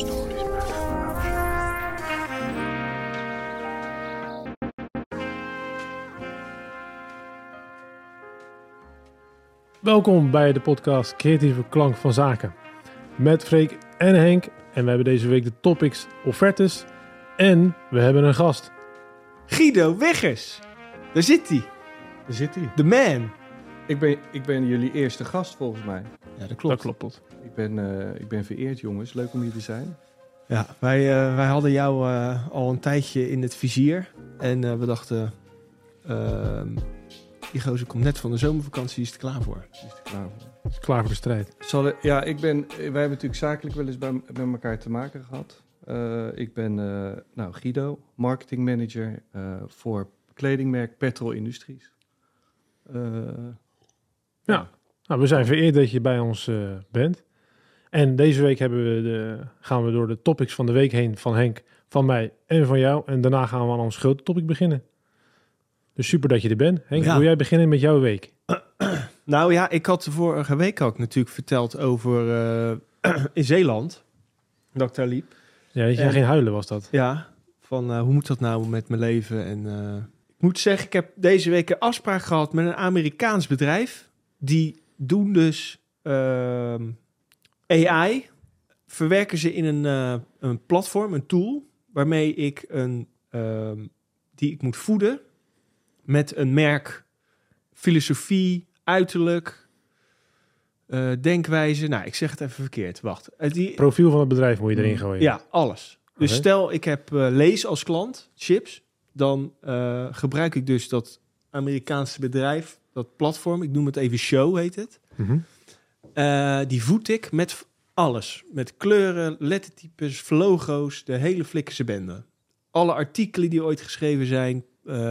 Stories met Klaus. Welkom bij de podcast Creatieve Klank van Zaken. Met Freek en Henk. En we hebben deze week de topics offertes. En we hebben een gast. Guido Weggers. Daar zit hij. Daar zit hij. The man. Ik ben jullie eerste gast volgens mij. Ja, dat klopt. Dat klopt. Ik ben vereerd, jongens. Leuk om hier te zijn. Ja, wij hadden jou al een tijdje in het vizier. En we dachten, die gozer komt net van de zomervakantie, is er klaar voor. Is er klaar voor? Is klaar voor de strijd. Wij hebben natuurlijk zakelijk wel eens met elkaar te maken gehad. Ik ben Guido, marketingmanager voor kledingmerk Petrol Industries. Ja, nou, we zijn vereerd dat je bij ons bent. En deze week gaan we door de topics van de week heen van Henk, van mij en van jou. En daarna gaan we aan ons grote topic beginnen. Dus super dat je er bent. Henk, Ja. wil jij beginnen met jouw week? Nou ja, ik had de vorige week ook natuurlijk verteld over in Zeeland. Dat ik daar liep. Ja, dat jij geen huilen was dat. Ja, van hoe moet dat nou met mijn leven? En ik moet zeggen, ik heb deze week een afspraak gehad met een Amerikaans bedrijf. Die doen dus AI. Verwerken ze in een platform, een tool, waarmee ik die ik moet voeden met een merk, filosofie, uiterlijk, denkwijze. Nou, ik zeg het even verkeerd. Wacht. Profiel van het bedrijf moet je erin gooien. Ja, alles. Dus Oké. stel, ik heb Lees als klant, chips. Dan gebruik ik dus dat Amerikaanse bedrijf, dat platform. Ik noem het even Show, heet het. Mhm. Die voed ik met alles. Met kleuren, lettertypes, logo's, de hele flikkerse bende. Alle artikelen die ooit geschreven zijn,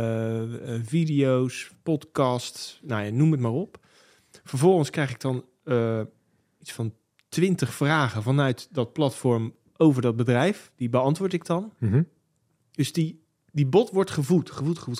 video's, podcasts, nou ja, noem het maar op. Vervolgens krijg ik dan iets van 20 vragen vanuit dat platform over dat bedrijf. Die beantwoord ik dan. Mhm. Dus die bot wordt gevoed.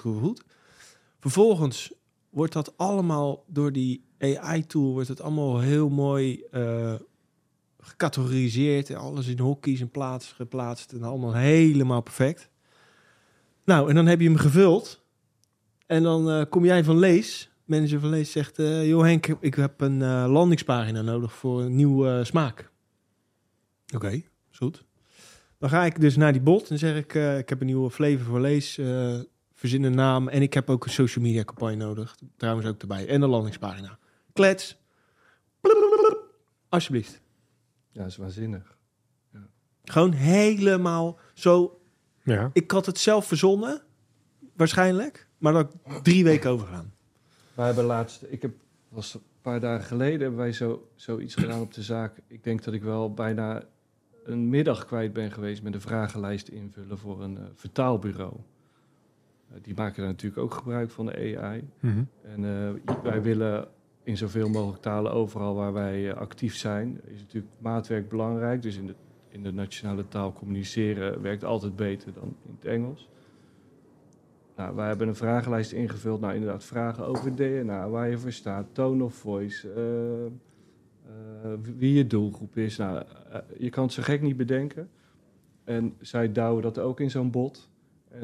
Vervolgens wordt dat allemaal door die AI-tool, wordt het allemaal heel mooi gecategoriseerd. En alles in hokjes en geplaatst en allemaal helemaal perfect. Nou, en dan heb je hem gevuld. En dan kom jij van Lees, manager van Lees, zegt... joh Henk, ik heb een landingspagina nodig voor een nieuwe smaak. Oké, is goed. Dan ga ik dus naar die bot en zeg ik heb een nieuwe flavor voor Lees, verzin een naam en ik heb ook een social media campagne nodig. Trouwens ook erbij. En een landingspagina. Klets. Alsjeblieft. Ja, dat is waanzinnig. Gewoon helemaal zo. Ja. Ik had het zelf verzonnen, waarschijnlijk, maar dat 3 weken overgaan. We hebben was een paar dagen geleden, hebben wij zoiets gedaan op de zaak. Ik denk dat ik wel bijna een middag kwijt ben geweest met een vragenlijst invullen voor een vertaalbureau. Die maken daar natuurlijk ook gebruik van de AI. Mhm. En wij willen in zoveel mogelijk talen overal waar wij actief zijn, is natuurlijk maatwerk belangrijk. Dus in de nationale taal communiceren werkt altijd beter dan in het Engels. Nou, wij hebben een vragenlijst ingevuld. Nou, inderdaad, vragen over DNA, waar je voor staat, tone of voice, wie je doelgroep is. Nou, je kan het zo gek niet bedenken. En zij douwen dat ook in zo'n bot. En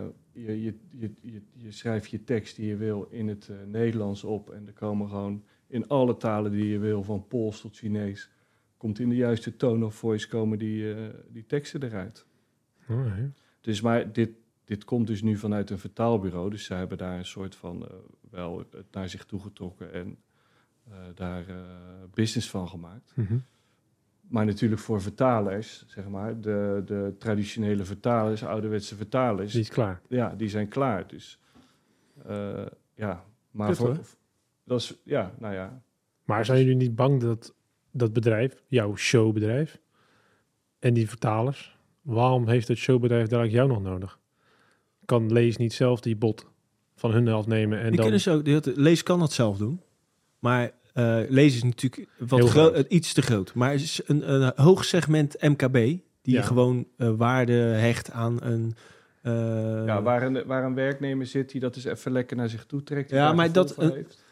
je schrijft je tekst die je wil in het Nederlands op. En er komen gewoon in alle talen die je wil, van Pools tot Chinees, komt in de juiste tone of voice komen die teksten eruit. Oh, ja. Dus maar dit komt dus nu vanuit een vertaalbureau. Dus zij hebben daar een soort van wel het naar zich toegetrokken en daar business van gemaakt. Mhm. Maar natuurlijk voor vertalers, zeg maar, de traditionele vertalers, ouderwetse vertalers, Die is klaar. ja, die zijn klaar. Dus ja, maar Kut, voor hoor. dat is, ja, nou ja. Maar zijn jullie niet bang dat dat bedrijf, jouw showbedrijf en die vertalers, waarom heeft het showbedrijf daar jou nog nodig? Kan Lees niet zelf die bot van hun afnemen en Die dan... kunnen zo, Lees kan dat zelf doen. Maar Lees is natuurlijk Heel groot. iets te groot. Maar het is een hoog segment MKB die Ja. gewoon waarde hecht aan een... Ja, waar een werknemer zit die dat eens even lekker naar zich toe trekt. die Ja, daar maar gevoel dat- voor heeft.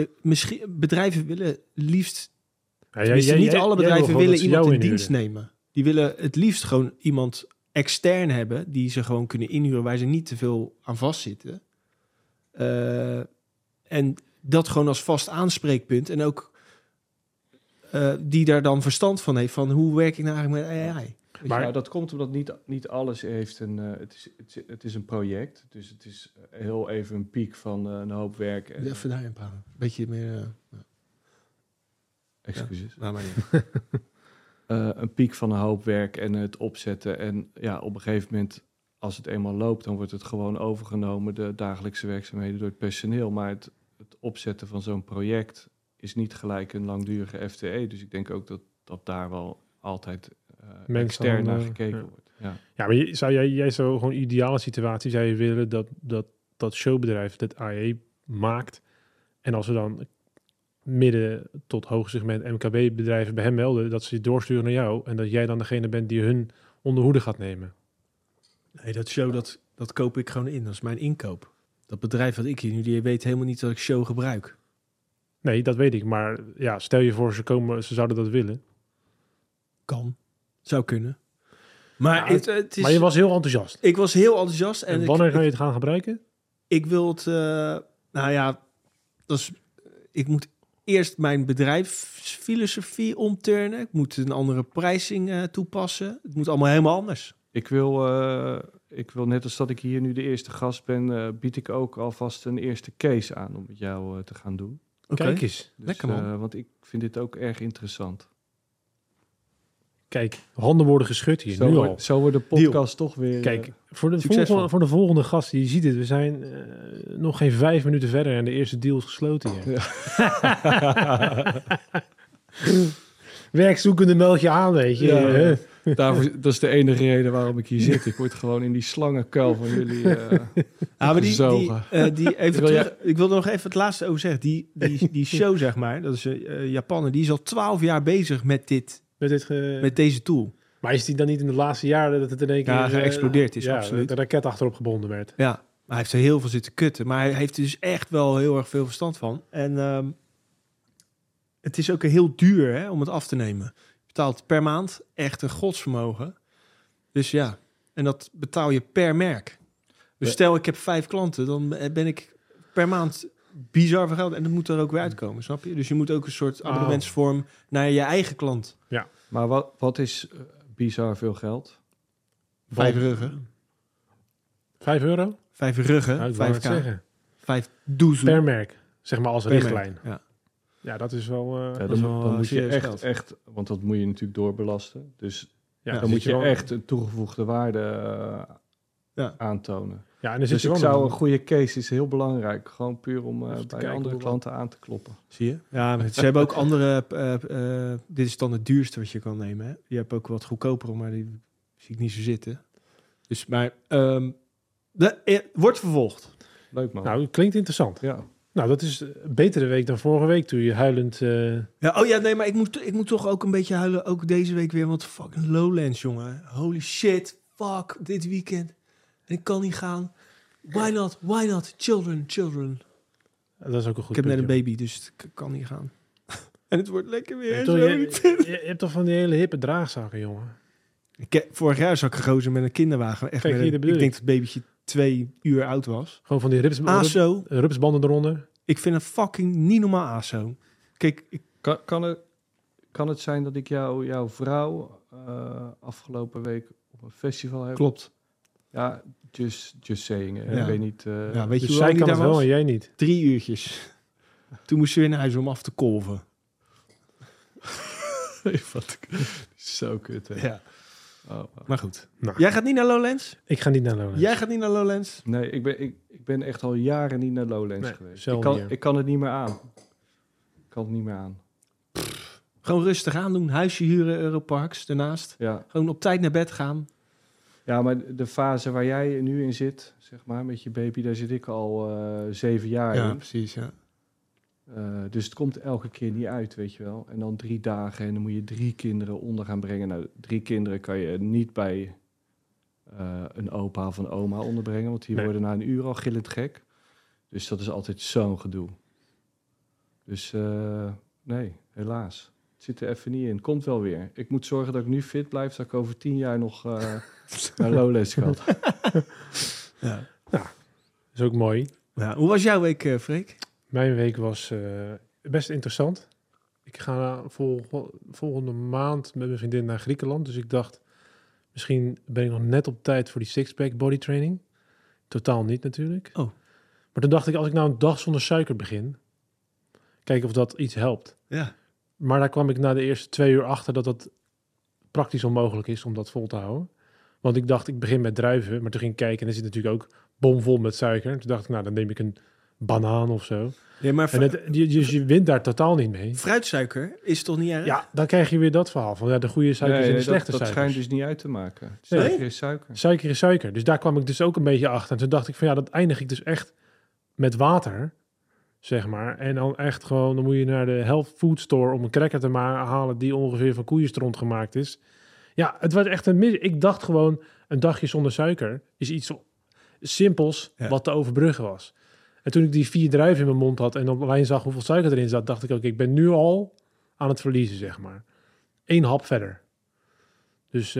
misschien bedrijven willen liefst... Ja, Tenminste, niet alle bedrijven wil willen dat ze iemand jou in inhuren. dienst nemen. Die willen het liefst gewoon iemand extern hebben... die ze gewoon kunnen inhuren... waar ze niet te veel aan vastzitten. En dat gewoon als vast aanspreekpunt. En ook die daar dan verstand van heeft... van hoe werk ik nou eigenlijk met AI? Maar ja, dat komt omdat niet alles heeft een... het is een project, dus het is heel even een piek van een hoop werk. En, Even daarin praten. Een beetje meer... excuses. Ja, maar niet. Een piek van een hoop werk en het opzetten. En ja, op een gegeven moment, als het eenmaal loopt... dan wordt het gewoon overgenomen, de dagelijkse werkzaamheden... door het personeel. Maar het opzetten van zo'n project is niet gelijk een langdurige FTE. Dus ik denk ook dat daar wel altijd... extern naar gekeken wordt. Ja, maar jij zou gewoon een ideale situatie zou je willen dat showbedrijf dat AI maakt. En als we dan midden tot hoog segment MKB-bedrijven bij hem melden, dat ze het doorsturen naar jou en dat jij dan degene bent die hun onder hoede gaat nemen. Nee, dat show, dat koop ik gewoon in. Dat is mijn inkoop. Dat bedrijf wat ik hier nu, die weet helemaal niet dat ik show gebruik. Nee, dat weet ik. Maar ja, stel je voor, ze zouden dat willen. Kan. Zou kunnen. Maar, Ja, het is, maar je was heel enthousiast. ik was heel enthousiast. En wanneer ga je het gaan gebruiken? Ik wil het... nou ja, ik moet eerst mijn bedrijfsfilosofie omturnen. Ik moet een andere pricing toepassen. Het moet allemaal helemaal anders. Ik wil net als dat ik hier nu de eerste gast ben... bied ik ook alvast een eerste case aan om met jou te gaan doen. Okay. Kijk eens. Dus, Lekker, man. want ik vind dit ook erg interessant. Kijk, handen worden geschud hier, nu al. Zo wordt de podcast toch weer... Kijk, voor succesvol. de volgende gast, je ziet het, we zijn nog geen 5 minuten verder en de eerste deal is gesloten hier. Ja. Werkzoekende meld je aan, weet je. Ja. Dat is de enige reden waarom ik hier zit. Ik word gewoon in die slangenkuil van jullie Maar gezogen. Ik wil er nog even het laatste over zeggen. Die show, zeg maar, dat is Japaner, die is al 12 jaar bezig met deze tool. Maar is die dan niet in de laatste jaren dat het in één keer... geëxplodeerd is, absoluut. de raket achterop gebonden werd. Ja, maar hij heeft er heel veel zitten kutten. Maar hij heeft er dus echt wel heel erg veel verstand van. En het is ook heel duur hè, om het af te nemen. Je betaalt per maand echt een godsvermogen. Dus ja, en dat betaal je per merk. Dus stel ik heb 5 klanten, dan ben ik per maand bizar veel geld. En dat moet er ook weer uitkomen, snap je? Dus je moet ook een soort abonnementsvorm naar je eigen klant. Ja. Maar wat is bizar veel geld? 5 ruggen. 5 euro? 5 ruggen, Nou, ik wou 5k. het zeggen. 5 doezel. Per merk, zeg maar als Per richtlijn. merk, ja. Ja, dat is wel... Ja, dat is wel dan moet je serieus geld. echt, want dat moet je natuurlijk doorbelasten. Dus ja, dan moet je wel- echt een toegevoegde waarde aantonen. Ja, en dan zit Dus je ik wel zou nog- een goede case is heel belangrijk. Gewoon puur om bij kijken andere hoe klanten aan te kloppen. Zie je? Ja, maar ze hebben ook andere... dit is dan het duurste wat je kan nemen. Hè? Je hebt ook wat goedkoper, maar die zie ik niet zo zitten. Dus, maar... wordt vervolgd. Leuk man. Nou, het klinkt interessant. ja. Nou, dat is een betere week dan vorige week toen je huilend... Ja, oh ja, nee, maar ik moet toch ook een beetje huilen. Ook deze week weer, want fucking Lowlands, jongen. Holy shit, fuck, dit weekend. En ik kan niet gaan. Why not? Why not? Children. dat is ook een goed Ik heb net punt, een joh. baby, dus ik kan niet gaan. En het wordt lekker weer. Ja, en toch, zo. je hebt toch van die hele hippe draagzakken, jongen. Vorig jaar zag ik een gozer met een kinderwagen. Echt Kijk, met hier, een, dat bedoel ik denk dat het babytje 2 uur oud was. Gewoon van die ASO. rupsbanden eronder. Ik vind een fucking niet normaal ASO. Kijk, Kan het zijn dat ik jouw vrouw afgelopen week op een festival heb? klopt. Ja, just saying. Ja. Ik weet niet... Ja, weet je Dus hoe zij lang die kan daar het wel was? en jij niet. 3 uurtjes. Toen moest ze weer naar huis om af te kolven. Wat zo kut, hè? Ja. Oh. Maar goed. Nou. Jij gaat niet naar Lowlands? Ik ga niet naar Lowlands. Jij gaat niet naar Lowlands? Nee, ik ben echt al jaren niet naar Lowlands Nee, geweest. zelf niet. Ik kan het niet meer aan. Ik kan het niet meer aan. Gewoon rustig aan doen. Huisje huren, Europarks daarnaast. Ja. Gewoon op tijd naar bed gaan. Ja, maar de fase waar jij nu in zit, zeg maar, met je baby, daar zit ik al 7 jaar in. precies. Ja. Dus het komt elke keer niet uit, weet je wel. En dan 3 dagen en dan moet je 3 kinderen onder gaan brengen. Nou, 3 kinderen kan je niet bij een opa of een oma onderbrengen, want die Nee. worden na een uur al gillend gek. Dus dat is altijd zo'n gedoe. Dus nee, helaas. Het zit er even niet in. Komt wel weer. Ik moet zorgen dat ik nu fit blijf, dat ik over 10 jaar nog naar Lowlands ga. Ja. is ook mooi. Ja, hoe was jouw week, Freek? Mijn week was best interessant. Ik ga volgende maand met mijn vriendin naar Griekenland. Dus ik dacht, misschien ben ik nog net op tijd voor die sixpack body training. Totaal niet natuurlijk. Oh. Maar toen dacht ik, als ik nou een dag zonder suiker begin, kijken of dat iets helpt. Ja. Maar daar kwam ik na de eerste 2 uur achter dat dat praktisch onmogelijk is om dat vol te houden. Want ik dacht, ik begin met druiven. Maar toen ging ik kijken en er zit natuurlijk ook bomvol met suiker. Toen dacht ik, nou, dan neem ik een banaan of zo. Ja, maar En je wint daar totaal niet mee. fruitsuiker is toch niet erg? Ja, dan krijg je weer dat verhaal van de goede suikers en de slechte dat suikers. schijnt dus niet uit te maken. Nee. Suiker is suiker. Suiker is suiker. Dus daar kwam ik dus ook een beetje achter. En toen dacht ik van ja, dat eindig ik dus echt met water, zeg maar. En dan echt gewoon, dan moet je naar de health food store om een cracker te halen die ongeveer van koeienstront gemaakt is. Ja, het was echt ik dacht gewoon, een dagje zonder suiker is iets simpels wat te overbruggen was. En toen ik die 4 druiven in mijn mond had en op alleen zag hoeveel suiker erin zat, dacht ik ook, ik ben nu al aan het verliezen, zeg maar. 1 hap verder. Dus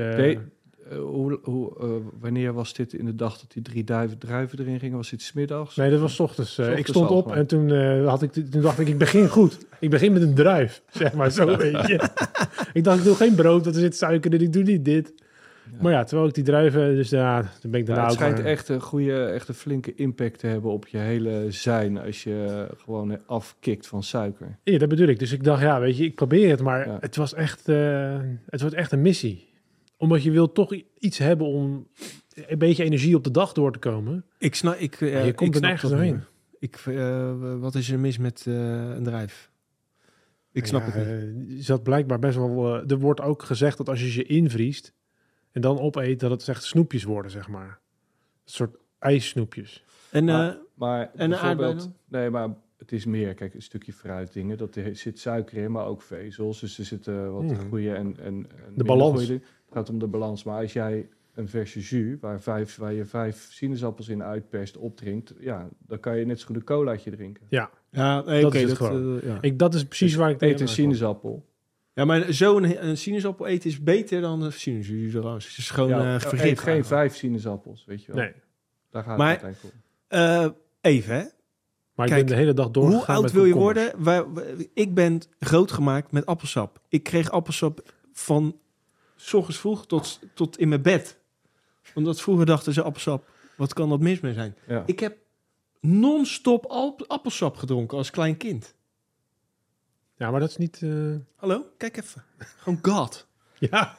wanneer was dit in de dag dat die 3 druiven erin gingen? Was dit 's middags? nee, dat was 's ochtends. Ik Ochtends stond al op gewoon. en toen dacht ik begin goed. Ik begin met een druif, zeg maar, zo weet je. Ik dacht, ik doe geen brood, want er zit suiker in, ik doe niet dit. Ja. Maar ja, terwijl ik die druiven, dus ja, toen ben ik daarna het ook schijnt maar- echt een flinke impact te hebben op je hele zijn als je gewoon afkikt van suiker. Ja, dat bedoel ik. Dus ik dacht, ja, weet je, ik probeer het, maar Ja. het was echt, het wordt echt een missie. Omdat je wil toch iets hebben om een beetje energie op de dag door te komen. Ik snap, je komt er nergens dat doorheen. niet. Wat is er mis met een drijf? Ik snap Ja, het niet. je zat blijkbaar best wel... er wordt ook gezegd dat als je ze invriest en dan opeet, dat het echt snoepjes worden, zeg maar. Een soort ijssnoepjes. En Maar en de aardbei bijvoorbeeld, dan? nee, maar het is meer, kijk, een stukje fruit dingen. Er zit suiker in, maar ook vezels. Dus er zitten wat goede en minder balans. goede dingen. Het gaat om de balans. Maar als jij een verse jus, waar je 5 sinaasappels in uitperst, opdrinkt, ja, dan kan je net zo goed een colaatje drinken. Ja, ja, nee, dat oké, is het gewoon. ja. dat is precies waar ik Eet een tegenaan sinaasappel. Ja, maar zo'n sinaasappel eten is beter dan een sinaasappel. Het is gewoon Eet vergif. geen 5 sinaasappels, weet je kwam. wel. Nee, Daar gaat Maar- het uiteindelijk om. Even, hè. maar ik Kijk, ben de hele dag doorgegaan Hoe oud met wil je komkommers. worden? Ik ben groot gemaakt met appelsap. Ik kreeg appelsap van 's ochtends vroeg tot in mijn bed. Omdat vroeger dachten ze appelsap, wat kan dat mis mee zijn? Ja. Ik heb non-stop appelsap gedronken als klein kind. Ja, maar dat is niet... Hallo, kijk even. Gewoon God. ja,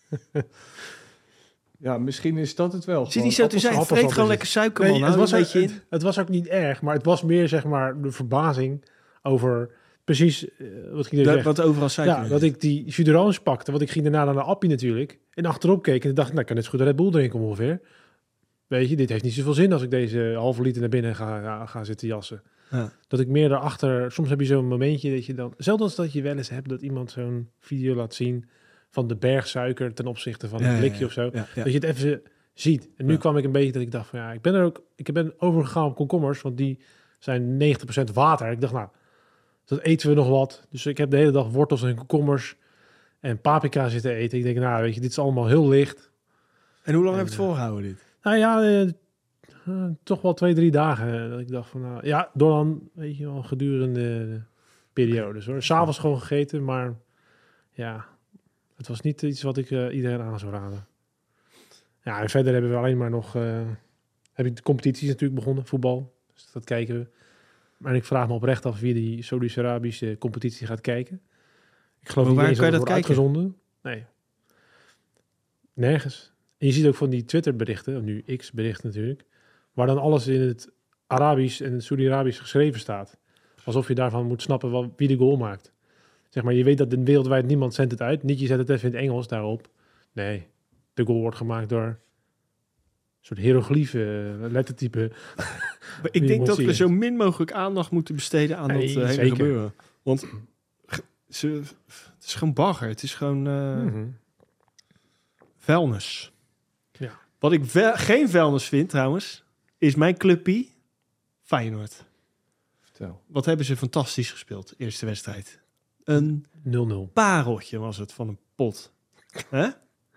Ja, misschien is dat het wel. Zit niet zo te zijn, appelsap vreet is gewoon het. lekker suiker, nee, man. het, Hou was een ook, beetje in. het was ook niet erg, maar het was meer, zeg maar, de verbazing over precies wat ging je zeggen. Wat overal suiker Ja, in dat zit. ik die jus d'orange pakte, want ik ging daarna naar de appie natuurlijk. En achterop keek en dacht ik, nou, ik kan net zo goed een Red Bull drinken ongeveer. Weet je, dit heeft niet zoveel zin als ik deze halve liter naar binnen ga zitten jassen. Ja. Dat ik meer daarachter, soms heb je zo'n momentje dat je dan, zelfs als dat je wel eens hebt dat iemand zo'n video laat zien van de berg suiker ten opzichte van een blikje of zo. Ja, ja. Dat je het even ziet. En nu Ja. kwam ik een beetje dat ik dacht van ja, ik ben overgegaan op komkommers, want die zijn 90% water. Ik dacht nou, dat eten we nog wat. Dus ik heb de hele dag wortels en komkommers en paprika zitten eten. Ik denk nou, weet je, dit is allemaal heel licht. En hoe lang heb je het volgehouden, dit? Nou ja, toch wel 2-3 dagen. Dat ik dacht van nou, ja, door dan, weet je wel, gedurende periodes hoor. 's Avonds gewoon gegeten, maar ja, het was niet iets wat ik iedereen aan zou raden. Ja, en verder hebben we alleen maar nog... heb ik de competities natuurlijk begonnen, voetbal. Dus dat kijken we. Maar ik vraag me oprecht af wie die Saudi-Arabische competitie gaat kijken. Ik geloof Maar niet waar eens kan dat je het dat wordt uitgezonden. Nee. Nergens. En je ziet ook van die Twitter-berichten, of nu X-berichten natuurlijk, waar dan alles in het Arabisch en het Saudi-Arabisch geschreven staat. Alsof je daarvan moet snappen wie de goal maakt. Zeg maar, je weet dat wereldwijd niemand zendt het uit. Niet je zet het even in het Engels daarop. Nee, de goal wordt gemaakt door een soort hiërogliefen, lettertype. Maar ik denk dat we zien. zo min mogelijk aandacht moeten besteden aan Nee, dat hele zeker. gebeuren. Want het is gewoon bagger. Het is gewoon Mhm. vuilnis. Ja. Wat ik geen vuilnis vind trouwens, is mijn clubpie Feyenoord. Vertel. Wat hebben ze fantastisch gespeeld, eerste wedstrijd. een 0-0. pareltje was het van een pot. Hè?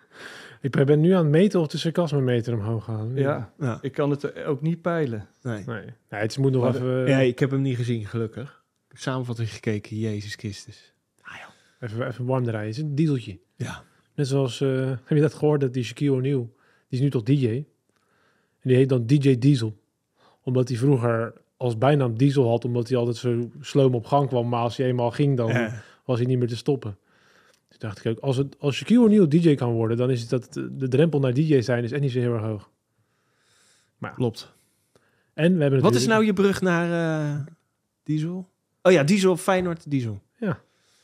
Ik ben nu aan het meten of de sarcasmemeter omhoog gaat. Ja, Ja. ik kan het ook niet peilen. Nee. Nee, het moet nog Maar even, Ja, ik heb hem niet gezien, gelukkig. Ik heb samenvatting gekeken, Jezus Christus. even warm draaien. Het is een dieseltje. Ja. Net zoals, heb je dat gehoord, dat die Shaquille O'Neal, die is nu toch DJ. En die heet dan DJ Diesel. Omdat hij vroeger als bijnaam Diesel had, omdat hij altijd zo sloom op gang kwam. Maar als hij eenmaal ging, dan was hij niet meer te stoppen. Dus dacht ik ook, als Shaquille O'Neal DJ kan worden, dan is het dat de drempel naar DJ zijn is echt niet zo heel erg hoog. Maar ja. Klopt. En we hebben Wat is natuurlijk- nou je brug naar Diesel? Oh ja, Diesel, Feyenoord, Diesel. Ja.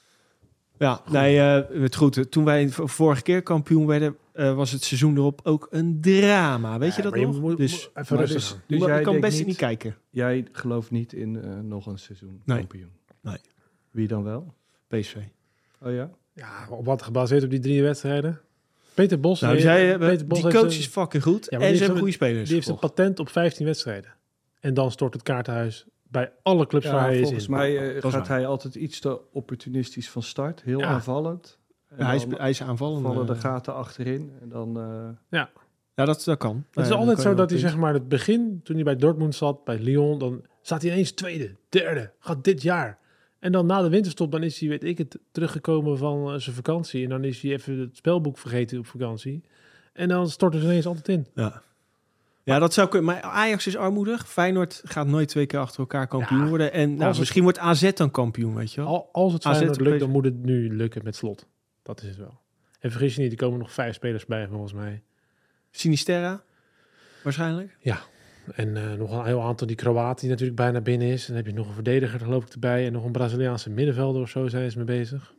Ja, nee, het goed. Toen wij vorige keer kampioen werden, was het seizoen erop ook een drama. Weet je dat maar je nog? moet- Dus even maar rustig dus- aan. Dus ik jij kan denkt best niet- niet kijken. Jij gelooft niet in nog een seizoen Nee. kampioen? Nee. Wie dan wel? PSV. Oh ja? Ja, op wat gebaseerd op die 3 wedstrijden? Peter Bos. Nou, die die heeft coach is fucking goed Ja, maar en die ze hebben heeft goede spelers. die heeft een gekocht. patent op 15 wedstrijden. En dan stort het kaartenhuis bij alle clubs waar hij is volgens in. mij is gaat waar. hij altijd iets te opportunistisch van start. Heel Ja. aanvallend. En Ja, dan hij is aanvallend. vallen de gaten achterin. En dan... Ja, dat kan. Het is altijd zo dat hij zeg maar het begin, toen hij bij Dortmund zat, bij Lyon, dan staat hij ineens tweede, derde, gaat dit jaar. En dan na de winterstop, dan is hij, weet ik het, teruggekomen van zijn vakantie. En dan is hij even het spelboek vergeten op vakantie. En dan storten ze ineens altijd in. Ja, dat zou kunnen. Maar Ajax is armoedig. Feyenoord gaat nooit 2 keer achter elkaar kampioen Ja, worden. En nou, als het- misschien wordt AZ dan kampioen, weet je wel. Als het AZ Feyenoord op lukt, deze- dan moet het nu lukken met Slot. Dat is het wel. En vergis je niet, er komen nog 5 spelers bij volgens mij. Sinisterra, waarschijnlijk. En nog een heel aantal die Kroaat die natuurlijk bijna binnen is. Dan heb je nog een verdediger geloof ik erbij. En nog een Braziliaanse middenvelder of zo zijn ze mee bezig.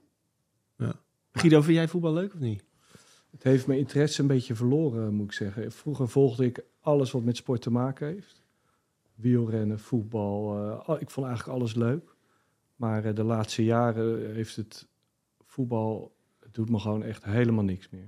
Guido, vind jij voetbal leuk of niet? Het heeft mijn interesse een beetje verloren, moet ik zeggen. Vroeger volgde ik alles wat met sport te maken heeft. Wielrennen, voetbal. Ik vond eigenlijk alles leuk. Maar de laatste jaren heeft het voetbal... Het doet me gewoon echt helemaal niks meer.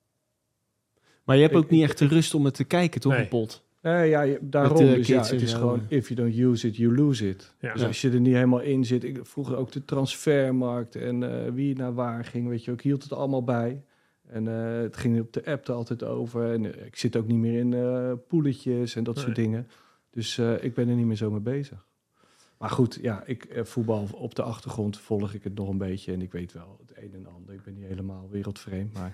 Maar je hebt ook Ik- niet ik- echt de rust om het te kijken, toch? Nee. Een pot. Daarom. Met de Dus ja, kids het en is zo. gewoon... If you don't use it, you lose it. Ja. Dus als je er niet helemaal in zit... Vroeger ook de transfermarkt en wie naar waar ging, weet je ook. Ik hield het allemaal bij. En het ging op de app er altijd over. En ik zit ook niet meer in poeletjes en dat soort dingen. Dus ik ben er niet meer zo mee bezig. Maar goed, ja, voetbal op de achtergrond volg ik het nog een beetje. En ik weet wel het een en ander. Ik ben niet helemaal wereldvreemd, maar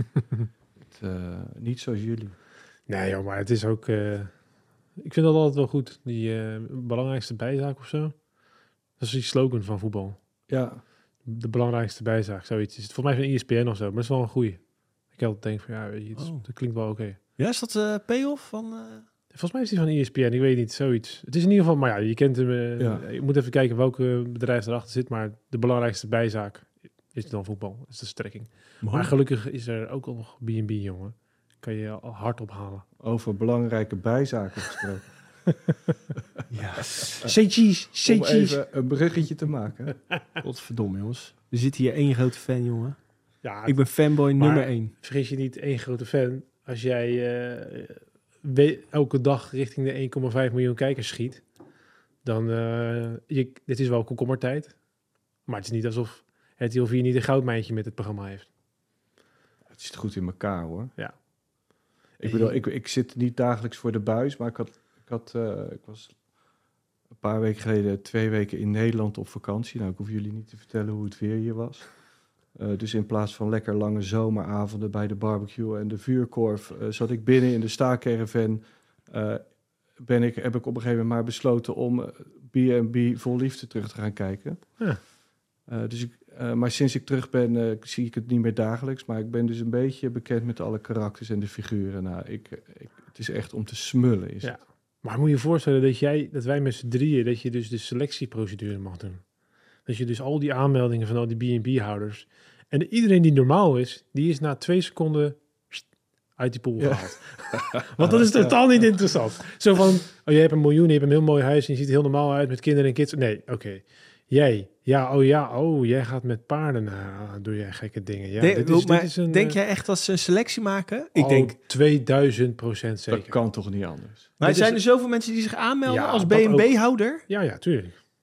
niet zoals jullie. Nee joh, maar het is ook... ik vind dat altijd wel goed. Die belangrijkste bijzaak of zo. Dat is die slogan van voetbal. Ja, De belangrijkste bijzaak, zoiets. Is het voor mij van ESPN of zo, maar het is wel een goeie. Ik altijd denk van ja, weet je, dat klinkt wel oké. Ja, is dat payoff van... Volgens mij is die van ESPN, ik weet niet, zoiets. Het is in ieder geval, maar ja, je kent hem. Je moet even kijken welke bedrijf erachter zit, maar de belangrijkste bijzaak is dan voetbal. Dat is de strekking. Maar gelukkig is er ook al nog B&B, jongen. Kan je al hard ophalen. over belangrijke bijzaken gesproken. Ja. Say cheese, say Om cheese. even een bruggetje te maken. Godverdomme, jongens. Er zit hier één grote fan, jongen. Ja, Ik ben fanboy Maar- nummer 1. vergis je niet, één grote fan. Als jij elke dag richting de 1,5 miljoen kijkers schiet, dan, dit is wel komkommertijd. Maar het is niet alsof het of hier niet een goudmijntje met het programma heeft. Het zit goed in elkaar, hoor. Ja. Ik bedoel, ik zit niet dagelijks voor de buis, maar ik was een paar weken geleden 2 weken in Nederland op vakantie. Nou, ik hoef jullie niet te vertellen hoe het weer hier was. Dus in plaats van lekker lange zomeravonden bij de barbecue en de vuurkorf, zat ik binnen in de staakerven. Heb ik op een gegeven moment maar besloten om B&B Vol Liefde terug te gaan kijken. Ja. Maar sinds ik terug ben, zie ik het niet meer dagelijks. Maar ik ben dus een beetje bekend met alle karakters en de figuren. Nou, het is echt om te smullen. Is Ja. het. Maar moet je je voorstellen dat wij met z'n drieën, dat je dus de selectieprocedure mag doen. Dat je dus al die aanmeldingen van al die B&B-houders. En iedereen die normaal is, die is na 2 seconden uit die pool gehaald. Want dat is totaal niet interessant. Zo van, je hebt 1 miljoen, je hebt een heel mooi huis en je ziet er heel normaal uit met kinderen en kids. Nee, oké. Jij, jij gaat met paarden. Nou, doe jij gekke dingen. Ja, Denk jij echt dat ze een selectie maken? Ik Oh, denk... 2000% zeker. Dat kan toch niet anders? Maar dit zijn is- er zoveel mensen die zich aanmelden Ja, als dat B&B-houder? Ja, tuurlijk.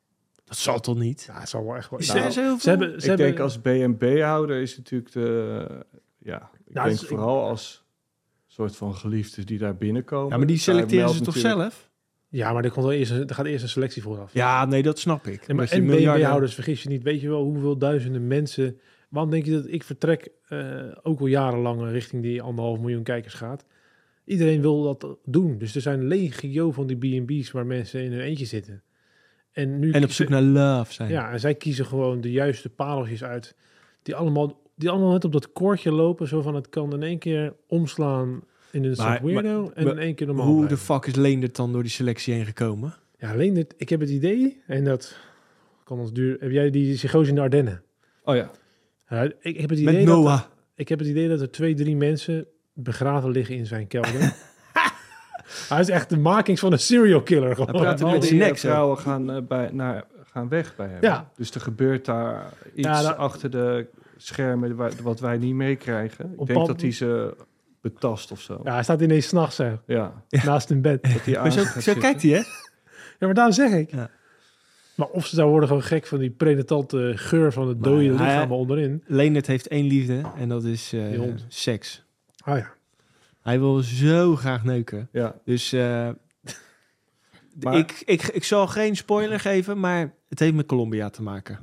Dat zal toch niet? Ja, het zal wel echt wel. Is Nou, er zoveel? Ze Ik denk als B&B-houder is natuurlijk ik Nou, denk dus vooral als soort van geliefdes die daar binnenkomen. Ja, maar die Daar selecteren meldt ze toch natuurlijk- zelf? Ja, maar er gaat eerst een selectie vooraf. Ja, nee, dat snap ik. Ja, maar Omdat je en miljarden- B&B-houders, vergis je niet, weet je wel hoeveel duizenden mensen... Waarom denk je dat ik vertrek ook al jarenlang richting die 1,5 miljoen kijkers gaat? Iedereen wil dat doen. Dus er zijn legio van die B&B's waar mensen in hun eentje zitten. En, nu En op zoek naar love zijn. Ja, en zij kiezen gewoon de juiste pareltjes uit. Die allemaal net op dat koordje lopen. Zo van het kan in één keer omslaan in een soort weirdo. En maar in één keer normaal Hoe de blijven. fuck is Leendert dan door die selectie heen gekomen? Ja, alleen ik heb het idee. En dat kan ons duur. Heb jij die psychose in de Ardennen? Oh ja. Ik heb het Met idee Noah. Ik heb het idee dat er 2-3 mensen begraven liggen in zijn kelder. Hij is echt de makings van een serial killer. Gewoon. Hij praat Al met die zijn nek, zo. vrouwen gaan weg bij hem. Ja. Dus er gebeurt daar iets Ja, achter de schermen wat wij niet meekrijgen. Ik Op denk pad- dat hij ze betast of zo. Ja, hij staat ineens 's nachts Ja. naast in bed. Dat hij Maar aan zo, ze gaat zo zitten. kijkt hij, hè? Ja, maar daarom zeg ik. Ja. Maar of ze zou worden gewoon gek van die predetante geur van het Maar dode hij- lichaam onderin. Leendert heeft één liefde en dat is Die hond. seks. Oh ja. Hij wil zo graag neuken. Ja. Dus Maar- ik zal geen spoiler geven, maar het heeft met Colombia te maken.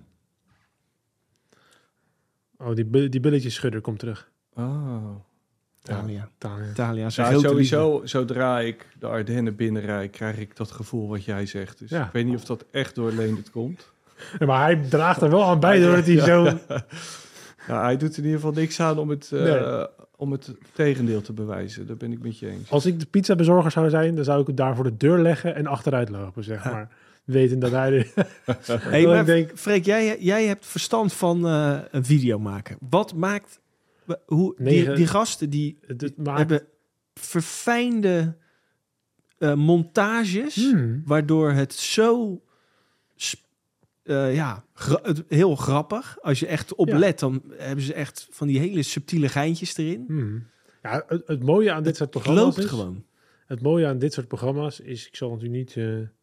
Oh, die billetjeschudder komt terug. Oh. Italia. Italië. Italia is een Ja, grote sowieso, zodra ik de Ardennen binnenrijd, krijg ik dat gevoel wat jij zegt. Dus Ja. ik weet niet of dat echt door Leendert komt. Ja, maar hij draagt er wel aan bij doordat hij zo... Ja, hij doet in ieder geval niks aan Nee. om het tegendeel te bewijzen. Daar ben ik met je eens. Als ik de pizzabezorger zou zijn, dan zou ik het daar voor de deur leggen en achteruit lopen, zeg maar. Weten dat hij... Hey, Dat maar ik denk- Freek, jij hebt verstand van een video maken. Wat maakt... Negen- Die gasten die maar, hebben verfijnde montages... Hmm. waardoor het zo... heel grappig. Als je echt oplet, dan hebben ze echt van die hele subtiele geintjes erin. Hmm. Ja, het mooie aan dit soort Het programma's loopt is... gewoon. Het mooie aan dit soort programma's is... Ik zal natuurlijk niet...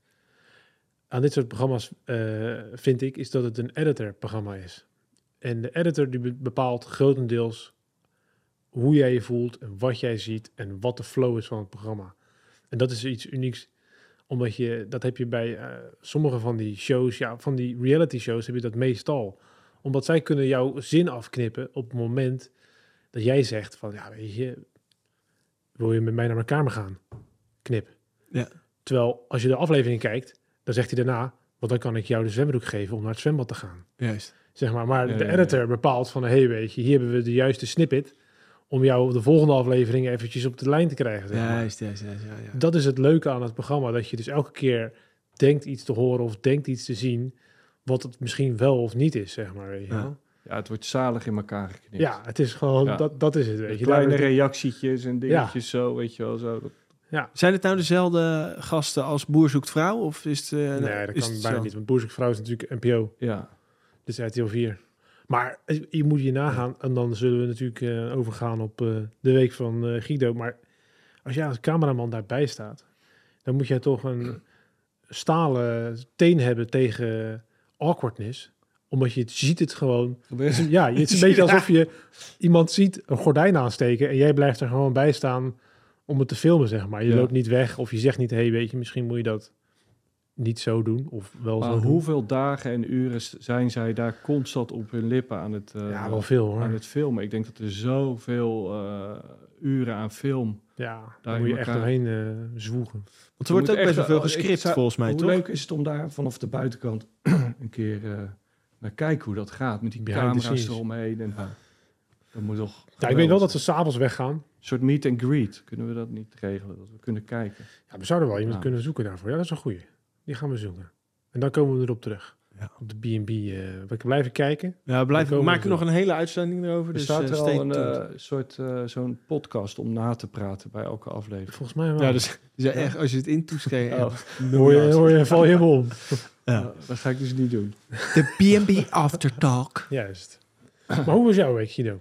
aan dit soort programma's vind ik... is dat het een editor-programma is. En de editor die bepaalt grotendeels... hoe jij je voelt en wat jij ziet... en wat de flow is van het programma. En dat is iets unieks. Omdat dat heb je bij sommige van die shows... Ja, van die reality shows heb je dat meestal. Omdat zij kunnen jouw zin afknippen... op het moment dat jij zegt van... Ja, weet je... Wil je met mij naar mijn kamer gaan? Knip. Ja. Terwijl als je de aflevering kijkt... dan zegt hij daarna... want dan kan ik jou de zwembroek geven om naar het zwembad te gaan. Juist. Zeg maar Ja, de ja, editor bepaalt van... hey, weet je, hier hebben we de juiste snippet... om jou de volgende aflevering eventjes op de lijn te krijgen. Zeg maar. Juist. Ja. Dat is het leuke aan het programma. Dat je dus elke keer denkt iets te horen... of denkt iets te zien... wat het misschien wel of niet is, zeg maar. Weet je Ja. wel. Ja, het wordt zalig in elkaar geknipt. Ja, het is gewoon... Ja. Dat is het, weet je. Kleine Daar- reactietjes en dingetjes zo, weet je wel. Zo. Zijn het nou dezelfde gasten als Boer zoekt vrouw? Of is het... nee, dat is kan het bijna hetzelfde? niet. Want Boer zoekt vrouw is natuurlijk NPO. Ja. Dit is RTL 4. Maar je moet je nagaan. En dan zullen we natuurlijk overgaan op de week van Guido. Maar als jij als cameraman daarbij staat... dan moet jij toch een stalen teen hebben tegen awkwardness. Omdat je ziet het gewoon... Ja, het is een beetje alsof je iemand ziet een gordijn aansteken... en jij blijft er gewoon bij staan om het te filmen, zeg maar. Je Ja. loopt niet weg of je zegt niet... hey, weet je, misschien moet je dat niet zo doen of wel Maar zo doen. hoeveel dagen en uren zijn zij daar constant op hun lippen aan het, Ja, wel veel hoor. aan het filmen? Ik denk dat er zoveel uren aan film... Ja, Daar daar moet je in echt elkaar- doorheen zwoegen. Want er wordt ook best wel veel ik gescript zou- volgens mij, Hoe toch? leuk is het om daar vanaf de buitenkant een keer naar kijken hoe dat gaat. Met die Behind the camera's scenes. eromheen. En, dat moet toch Ja, ik weet wel dat ze s'avonds weggaan. Een soort meet and greet. Kunnen we dat niet regelen? Dat we kunnen kijken. Ja, we zouden wel iemand Ja. kunnen zoeken daarvoor. Ja, dat is een goeie. Die gaan we zoeken. En dan komen we erop terug. Ja. Op de B&B. We blijven kijken. Ja, Dan we komen maken we nog een hele uitzending erover. Er Dus staat er stay al een tuned. soort zo'n podcast om na te praten bij elke aflevering. Volgens mij wel. Ja, dus echt, als je het intoetst, krijg je Oh. echt hoor je, val je helemaal om. Ja. Dat ga ik dus niet doen. De B&B After Talk. Juist. Maar hoe was jouw week, Guido?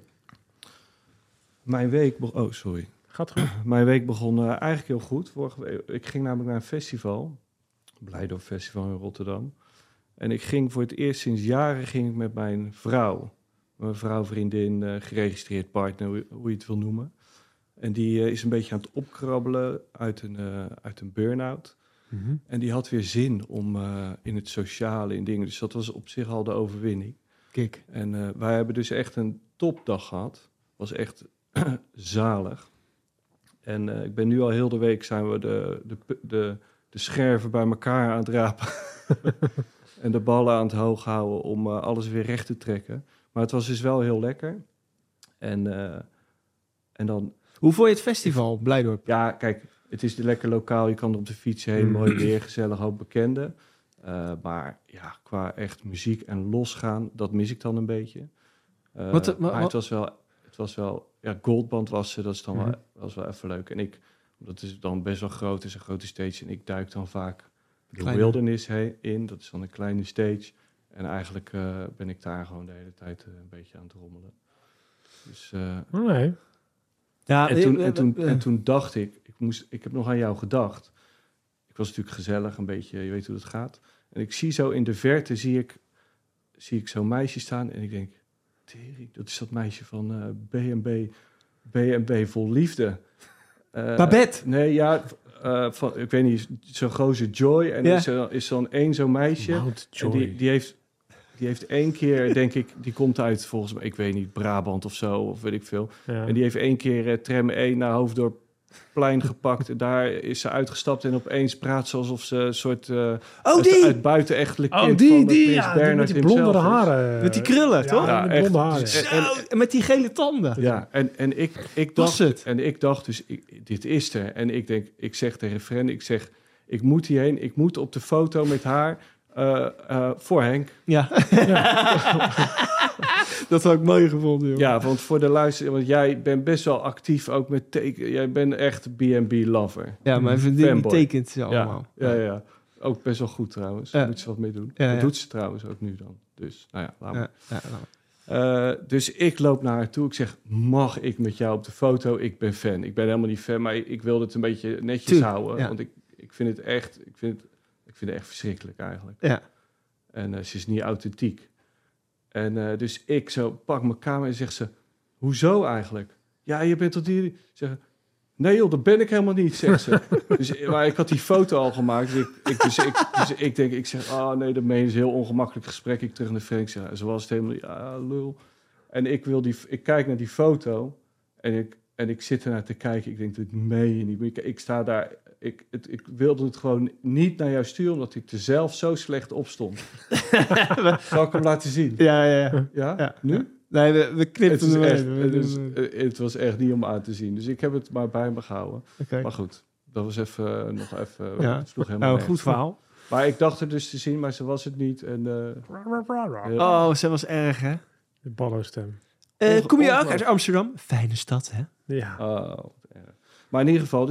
Mijn week... Oh, sorry. Gaat goed? Mijn week begon eigenlijk heel goed. Ik ging namelijk naar een festival. Blijdorp Festival in Rotterdam. En ik ging voor het eerst sinds jaren ging ik met mijn vrouw, vriendin, geregistreerd partner, hoe je het wil noemen. En die is een beetje aan het opkrabbelen uit een burn-out. Mhm. En die had weer zin om in het sociale, in dingen. Dus dat was op zich al de overwinning. Kijk. En wij hebben dus echt een topdag gehad. Was echt zalig. En ik ben nu al heel de week zijn we de scherven bij elkaar aan het rapen. En de ballen aan het hoog houden om alles weer recht te trekken. Maar het was dus wel heel lekker. En dan... Hoe vond je het festival, Blijdorp? Ja, kijk, het is lekker lokaal. Je kan er op de fiets heen, mooi weer, gezellig, ook bekenden. Maar ja, qua echt muziek en losgaan, dat mis ik dan een beetje. Maar het was wel... Ja, Goldband was dat is dan was wel even leuk. En dat is dan best wel groot, is een grote stage. En ik duik dan vaak de Wilderness in. Dat is dan een kleine stage. En eigenlijk ben ik daar gewoon de hele tijd een beetje aan het rommelen. Dus... Nee. Ja, En toen dacht ik heb nog aan jou gedacht. Ik was natuurlijk gezellig, een beetje, je weet hoe het gaat. En ik zie zo in de verte, zie ik zo'n meisje staan en ik denk, tering, dat is dat meisje van B&B Vol Liefde. Babette? Nee, ja, ik weet niet, zo'n gozer Joy. En is dan één zo'n meisje. Mount Joy. En die heeft één keer, denk ik, die komt uit volgens mij, ik weet niet, Brabant of zo, of weet ik veel. Ja. En die heeft één keer tram 1 naar Hoofddorpplein gepakt. En daar is ze uitgestapt en opeens praat ze alsof ze een soort uit buitenechtelijk kind van Prins Bernhard met die blondere himself is. haren. Met die krullen, toch? Ja, met blonde echt. haren. En met die gele tanden. Ja, en ik dacht dus, dit is er. En ik zeg tegen Fren, ik moet hierheen, ik moet op de foto met haar voor Henk. Ja. Dat had ik mooi gevonden, joh. Ja, want voor de luisteraar, want jij bent best wel actief ook met tekenen. Jij bent echt B&B lover. Ja, mijn vriendin die Fanboy. tekent ze allemaal. Ja. Ook best wel goed trouwens. Daar moet ze wat mee doen. Ja, Dat ja. doet ze trouwens ook nu dan. Dus, nou ja, laat maar. Ja. Dus ik loop naar haar toe. Ik zeg, mag ik met jou op de foto? Ik ben fan. Ik ben helemaal niet fan, maar ik wilde het een beetje netjes houden. Ja. Want ik vind het echt, ik vind het echt verschrikkelijk eigenlijk. Ja. En ze is niet authentiek. En dus ik zo pak mijn camera en zeg ze, hoezo eigenlijk? Ja, je bent tot die... Zeg, nee joh, dat ben ik helemaal niet, zegt ze. Maar ik had die foto al gemaakt. Dus ik zeg, nee, dat meen is een heel ongemakkelijk gesprek. Ik terug naar Frank, zeg, zo was het helemaal niet, lul. En ik kijk naar die foto en ik zit ernaar te kijken. Ik denk, dit meen je niet. Ik sta daar, ik wilde het gewoon niet naar jou sturen, omdat ik er zelf zo slecht op stond. Zal ik hem laten zien? Ja. Ja? Nu? Nee, we knipten hem even. Het was echt niet om aan te zien. Dus ik heb het maar bij me gehouden. Okay. Maar goed, dat was even nog even... Ja. Het sloeg helemaal nergens. Goed verhaal. Maar ik dacht er dus te zien, maar ze was het niet. En, Oh, ze was erg, hè? De ballenstem. Kom je ook uit Amsterdam? Fijne stad, hè? Ja. wat erg. Maar in ieder geval,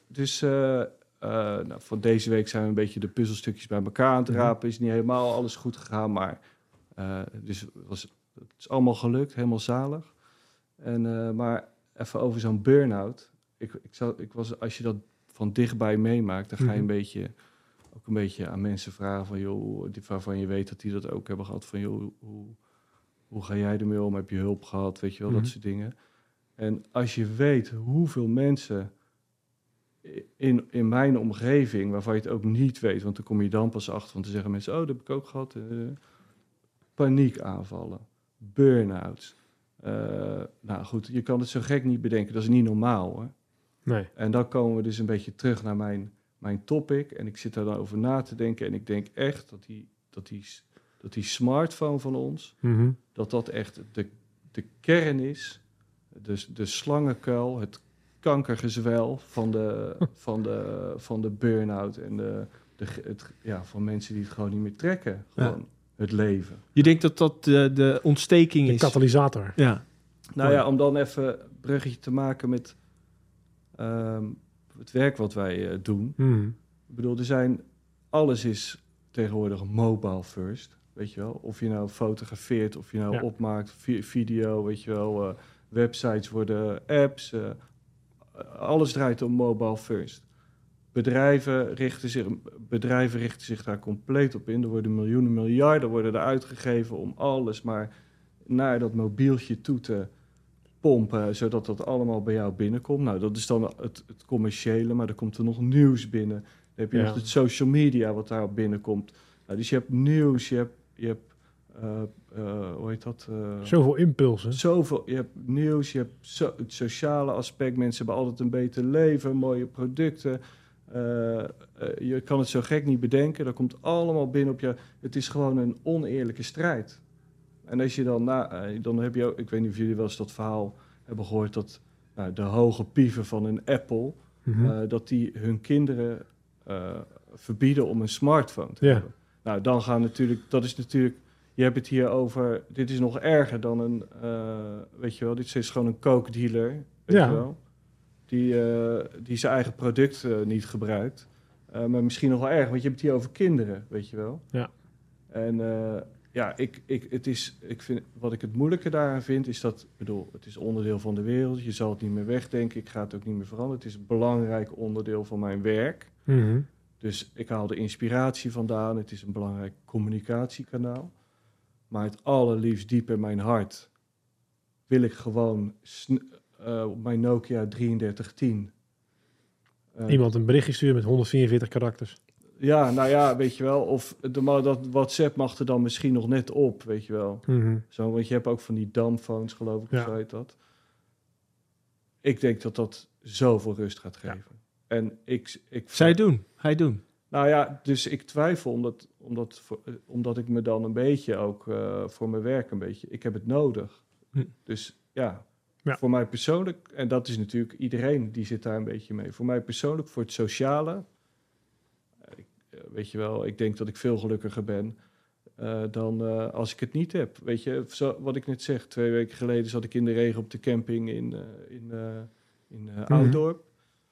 voor deze week zijn we een beetje de puzzelstukjes bij elkaar aan het rapen. Is niet helemaal alles goed gegaan, maar dus het is allemaal gelukt, helemaal zalig. Maar even over zo'n burn-out. Als je dat van dichtbij meemaakt, dan ga je ook een beetje aan mensen vragen van, joh, waarvan je weet dat die dat ook hebben gehad, van, joh, hoe ga jij ermee om? Heb je hulp gehad? Weet je wel, dat soort dingen. En als je weet hoeveel mensen in mijn omgeving, waarvan je het ook niet weet, want dan kom je dan pas achter, want dan zeggen mensen, dat heb ik ook gehad. Paniekaanvallen, burn-outs. Nou goed, je kan het zo gek niet bedenken. Dat is niet normaal, hoor. Nee. En dan komen we dus een beetje terug naar mijn topic. En ik zit daar dan over na te denken. En ik denk echt dat die smartphone van ons, dat echt de kern is. Dus de slangenkuil, het kankergezwel van de burn-out. En van mensen die het gewoon niet meer trekken. Gewoon het leven. Je denkt dat de ontsteking De is? katalysator. Ja. Nou ja, om dan even een bruggetje te maken met het werk wat wij doen. Ik bedoel, alles is tegenwoordig mobile first, weet je wel. Of je nou fotografeert, of je nou opmaakt, video, weet je wel. Websites worden apps. Alles draait om mobile first. bedrijven richten zich daar compleet op in. Er worden miljoenen, miljarden worden er uitgegeven om alles maar naar dat mobieltje toe te pompen, zodat dat allemaal bij jou binnenkomt. Nou, dat is dan het commerciële, maar er komt er nog nieuws binnen. Dan heb je nog het social media wat daarop binnenkomt. Nou, dus je hebt nieuws, je hebt hoe heet dat? Zoveel impulsen. Je hebt nieuws, je hebt het sociale aspect. Mensen hebben altijd een beter leven, mooie producten. Je kan het zo gek niet bedenken. Dat komt allemaal binnen op je. Het is gewoon een oneerlijke strijd. En als je dan heb je ook, ik weet niet of jullie wel eens dat verhaal hebben gehoord, dat de hoge pieven van een Apple, dat die hun kinderen verbieden om een smartphone te hebben. Nou, dan gaan dat is natuurlijk, je hebt het hier over, dit is nog erger dan een, weet je wel, dit is gewoon een coke-dealer, weet je wel, die zijn eigen product niet gebruikt. Maar misschien nog wel erg, want je hebt het hier over kinderen, weet je wel. Ja. En ik vind, wat ik het moeilijke daaraan vind, is dat, het is onderdeel van de wereld. Je zal het niet meer wegdenken. Ik ga het ook niet meer veranderen. Het is een belangrijk onderdeel van mijn werk. Mm-hmm. Dus ik haal de inspiratie vandaan. Het is een belangrijk communicatiekanaal. Maar het allerliefst diep in mijn hart wil ik gewoon op mijn Nokia 3310. Iemand een berichtje sturen met 144 karakters. Ja, nou ja, weet je wel. Of dat WhatsApp mag er dan misschien nog net op, weet je wel. Mm-hmm. Zo, want je hebt ook van die dumpphones, geloof ik, of zo heet dat. Ik denk dat dat zoveel rust gaat geven. Ja. En Ga je doen. Nou ja, dus ik twijfel, omdat ik me dan een beetje ook voor mijn werk een beetje... Ik heb het nodig. Dus ja, voor mij persoonlijk... En dat is natuurlijk iedereen die zit daar een beetje mee. Voor mij persoonlijk, voor het sociale... weet je wel, ik denk dat ik veel gelukkiger ben dan als ik het niet heb. Weet je, wat ik net zeg, 2 weken geleden zat ik in de regen op de camping in Ouddorp.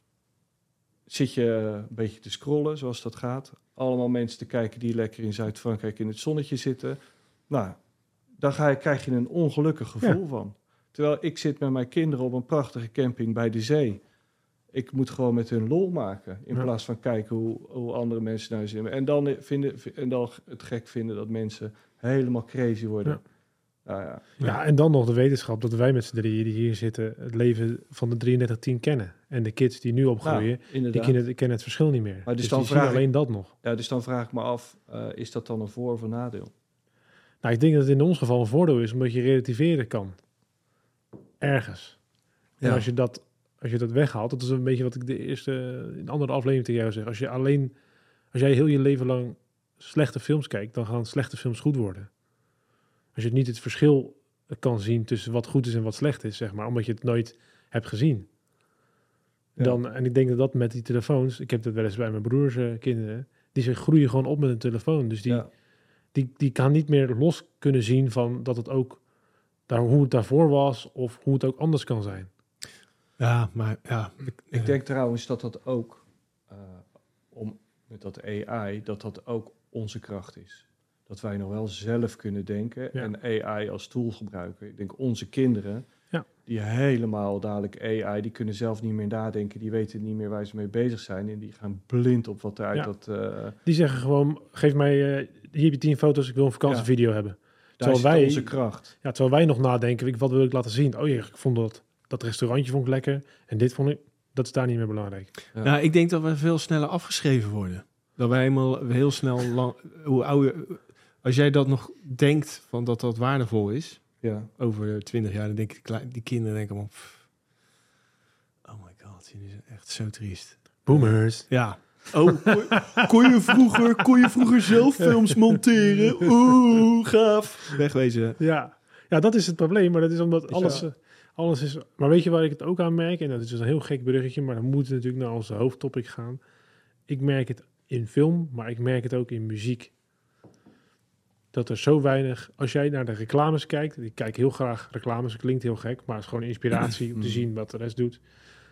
Zit je een beetje te scrollen, zoals dat gaat. Allemaal mensen te kijken die lekker in Zuid-Frankrijk in het zonnetje zitten. Nou, daar krijg je een ongelukkig gevoel van. Terwijl ik zit met mijn kinderen op een prachtige camping bij de zee. Ik moet gewoon met hun lol maken. In plaats van kijken hoe andere mensen naar zitten. En dan het gek vinden dat mensen helemaal crazy worden. Ja, en dan nog de wetenschap dat wij met z'n drieën die hier zitten het leven van de 3310 kennen. En de kids die nu opgroeien, die kennen het verschil niet meer. Maar dus die zien alleen dat nog. Ja, dus dan vraag ik me af, is dat dan een voor- of een nadeel? Nou, ik denk dat het in ons geval een voordeel is, omdat je relativeren kan. Ergens. Ja. En als je dat weghaalt, dat is een beetje wat ik in de andere aflevering tegen jou zeg. Als jij heel je leven lang slechte films kijkt, dan gaan slechte films goed worden. Als je niet het verschil kan zien tussen wat goed is en wat slecht is, zeg maar, omdat je het nooit hebt gezien. Ja. En ik denk dat met die telefoons, ik heb dat wel eens bij mijn broers kinderen, die groeien gewoon op met een telefoon. Dus die kan niet meer los kunnen zien van dat het ook hoe het daarvoor was of hoe het ook anders kan zijn. Ja, maar ja. Ik denk trouwens dat ook, met dat AI, dat ook onze kracht is. Dat wij nog wel zelf kunnen denken en AI als tool gebruiken. Ik denk onze kinderen, die helemaal dadelijk AI, die kunnen zelf niet meer nadenken. Die weten niet meer waar ze mee bezig zijn. En die gaan blind op wat eruit dat... Die zeggen gewoon, geef mij, hier heb je 10 foto's, ik wil een vakantievideo hebben. Daar is onze kracht. Ja, terwijl wij nog nadenken, wat wil ik laten zien? Oh ja, ik vond dat restaurantje vond ik lekker. En dit vond ik, dat is daar niet meer belangrijk. Ja, ik denk dat we veel sneller afgeschreven worden. Dat wij helemaal heel snel hoe ouder... Als jij dat nog denkt van dat waardevol is, over 20 jaar, dan denk ik, die kinderen denken allemaal, oh my god, jullie zijn echt zo triest. Boomers. Ja. Oh, kon je vroeger zelf films monteren? Oeh, gaaf. Wegwezen. Ja, dat is het probleem, maar dat is omdat alles is... Maar weet je waar ik het ook aan merk? En dat is een heel gek bruggetje, maar dan moeten we natuurlijk naar onze hoofdtopic gaan. Ik merk het in film, maar ik merk het ook in muziek. Dat er zo weinig... Als jij naar de reclames kijkt... Ik kijk heel graag reclames, het klinkt heel gek... maar het is gewoon inspiratie om te zien wat de rest doet.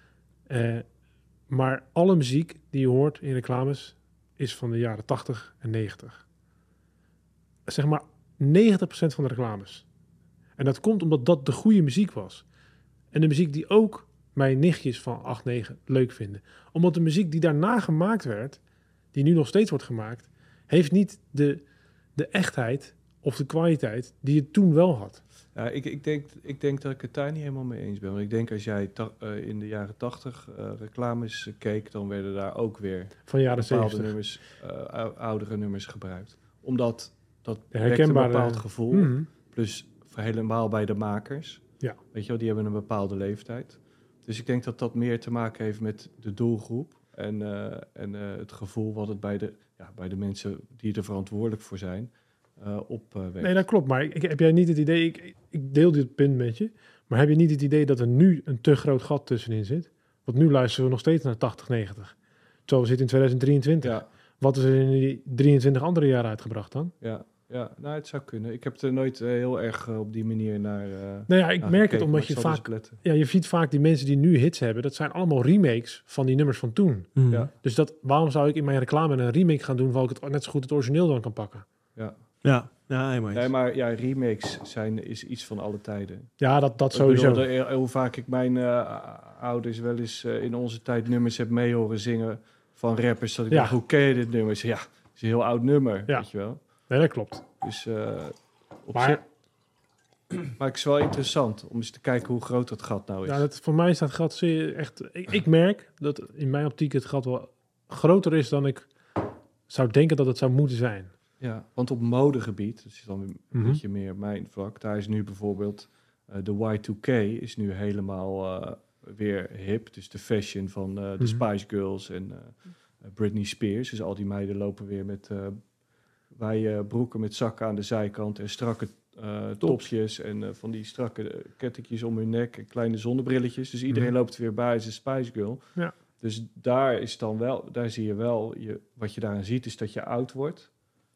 Maar alle muziek die je hoort in reclames... is van de jaren 80 en 90. Zeg maar 90% van de reclames. En dat komt omdat dat de goede muziek was. En de muziek die ook mijn nichtjes van 8, 9 leuk vinden. Omdat de muziek die daarna gemaakt werd, die nu nog steeds wordt gemaakt, heeft niet de echtheid of de kwaliteit die het toen wel had. Ja, ik denk dat ik het daar niet helemaal mee eens ben. Want ik denk als jij in de jaren 80 reclames keek, dan werden daar ook weer Van de jaren bepaalde 70. nummers, oudere nummers gebruikt. Omdat dat De wekt een herkenbare- bepaald gevoel. Mhm. Plus helemaal bij de makers. Ja. Weet je wel, die hebben een bepaalde leeftijd. Dus ik denk dat dat meer te maken heeft met de doelgroep. En het gevoel wat het bij de mensen die er verantwoordelijk voor zijn opwekt. Nee, dat klopt. Maar heb jij niet het idee... Ik deel dit punt met je. Maar heb je niet het idee dat er nu een te groot gat tussenin zit? Want nu luisteren we nog steeds naar 80, 90. Terwijl we zitten in 2023. Ja, Wat is er in die 23 andere jaren uitgebracht dan? ja, nou, het zou kunnen. Ik heb er nooit heel erg op die manier naar. Nou ja, ik naar merk gekeken, het omdat maar je ik zal dus vaak... opletten. Ja, je ziet vaak die mensen die nu hits hebben. Dat zijn allemaal remakes van die nummers van toen. Mhm. Ja. Dus waarom zou ik in mijn reclame een remake gaan doen... waar ik het net zo goed het origineel dan kan pakken? Ja, helemaal eens. Nee, maar ja, remakes is iets van alle tijden. Ja, dat Ik sowieso. bedoel, hoe vaak ik mijn ouders wel eens in onze tijd nummers heb mee horen zingen van rappers. Dat ik Ja. dacht, hoe ken je dit nummer? Ik zei, ja, het is een heel oud nummer, Ja. weet je wel. Nee, dat klopt. Dus op Maar- zich... Maar het is wel interessant om eens te kijken hoe groot dat gat nou is. Ja, voor mij staat het gat zeer echt... Ik merk dat in mijn optiek het gat wel groter is dan ik zou denken dat het zou moeten zijn. Ja, want op modegebied, dat is dan een Mhm. beetje meer mijn vlak, daar is nu bijvoorbeeld de Y2K is nu helemaal weer hip. Dus de fashion van de Mhm. Spice Girls en Britney Spears. Dus al die meiden lopen weer met broeken met zakken aan de zijkant en strakke topjes en van die strakke kettingjes om hun nek en kleine zonnebrilletjes. Dus iedereen Mhm. loopt weer bij als een Spice Girl. Ja. Dus daar is dan wel, daar zie je wel, wat je daaraan ziet is dat je oud wordt.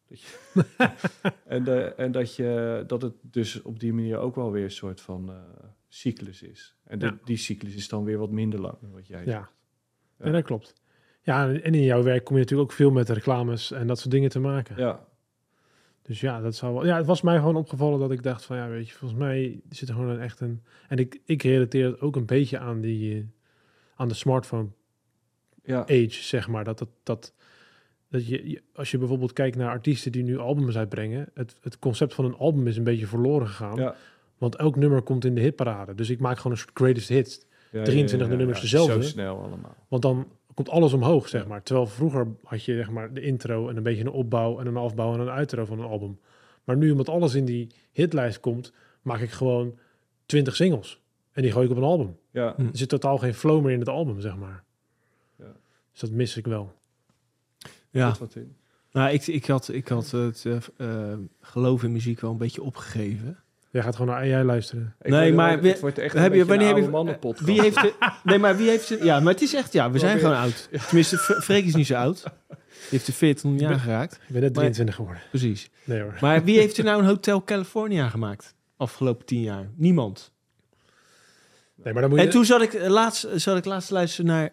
En dat het dus op die manier ook wel weer een soort van cyclus is. En Ja. die cyclus is dan weer wat minder lang dan wat jij Ja. zegt. Ja. Ja, dat klopt. Ja, en in jouw werk kom je natuurlijk ook veel met reclames en dat soort dingen te maken. Ja, Dus ja, dat zou wel... Ja, het was mij gewoon opgevallen dat ik dacht van... Ja, weet je, volgens mij zit er gewoon een echt een... En ik relateer het ook een beetje aan aan de smartphone ja, age, zeg maar. Dat je, als je bijvoorbeeld kijkt naar artiesten die nu albums uitbrengen... Het concept van een album is een beetje verloren gegaan. ja. Want elk nummer komt in de hitparade. Dus ik maak gewoon een soort greatest hits. 23 de nummers dezelfde. Zo snel allemaal. Want dan komt alles omhoog, zeg Ja. maar. Terwijl vroeger had je zeg maar de intro en een beetje een opbouw en een afbouw en een outro van een album. Maar nu, omdat alles in die hitlijst komt, maak ik gewoon 20 singles. En die gooi ik op een album. Ja, Hm. Er zit totaal geen flow meer in het album, zeg maar. Ja. Dus dat mis ik wel. Ja, zit wat in. nou, ik had het geloof in muziek wel een beetje opgegeven. Jij gaat gewoon naar AI luisteren. Nee, maar het wordt echt heb een je- beetje wanneer een heb oude je- mannenpodcast. Wie heeft de, nee, maar wie heeft ze? Ja, maar het is echt, ja, we zijn weer- gewoon oud. Tenminste, Freek is niet zo oud. Die heeft de 14 jaar geraakt. Ik ben net Maar- 23 geworden. Precies. Nee hoor. Maar wie heeft er nou een Hotel California gemaakt? Afgelopen 10 jaar? Niemand. Nee, maar dan moet je... En toen zat ik laatst luisteren naar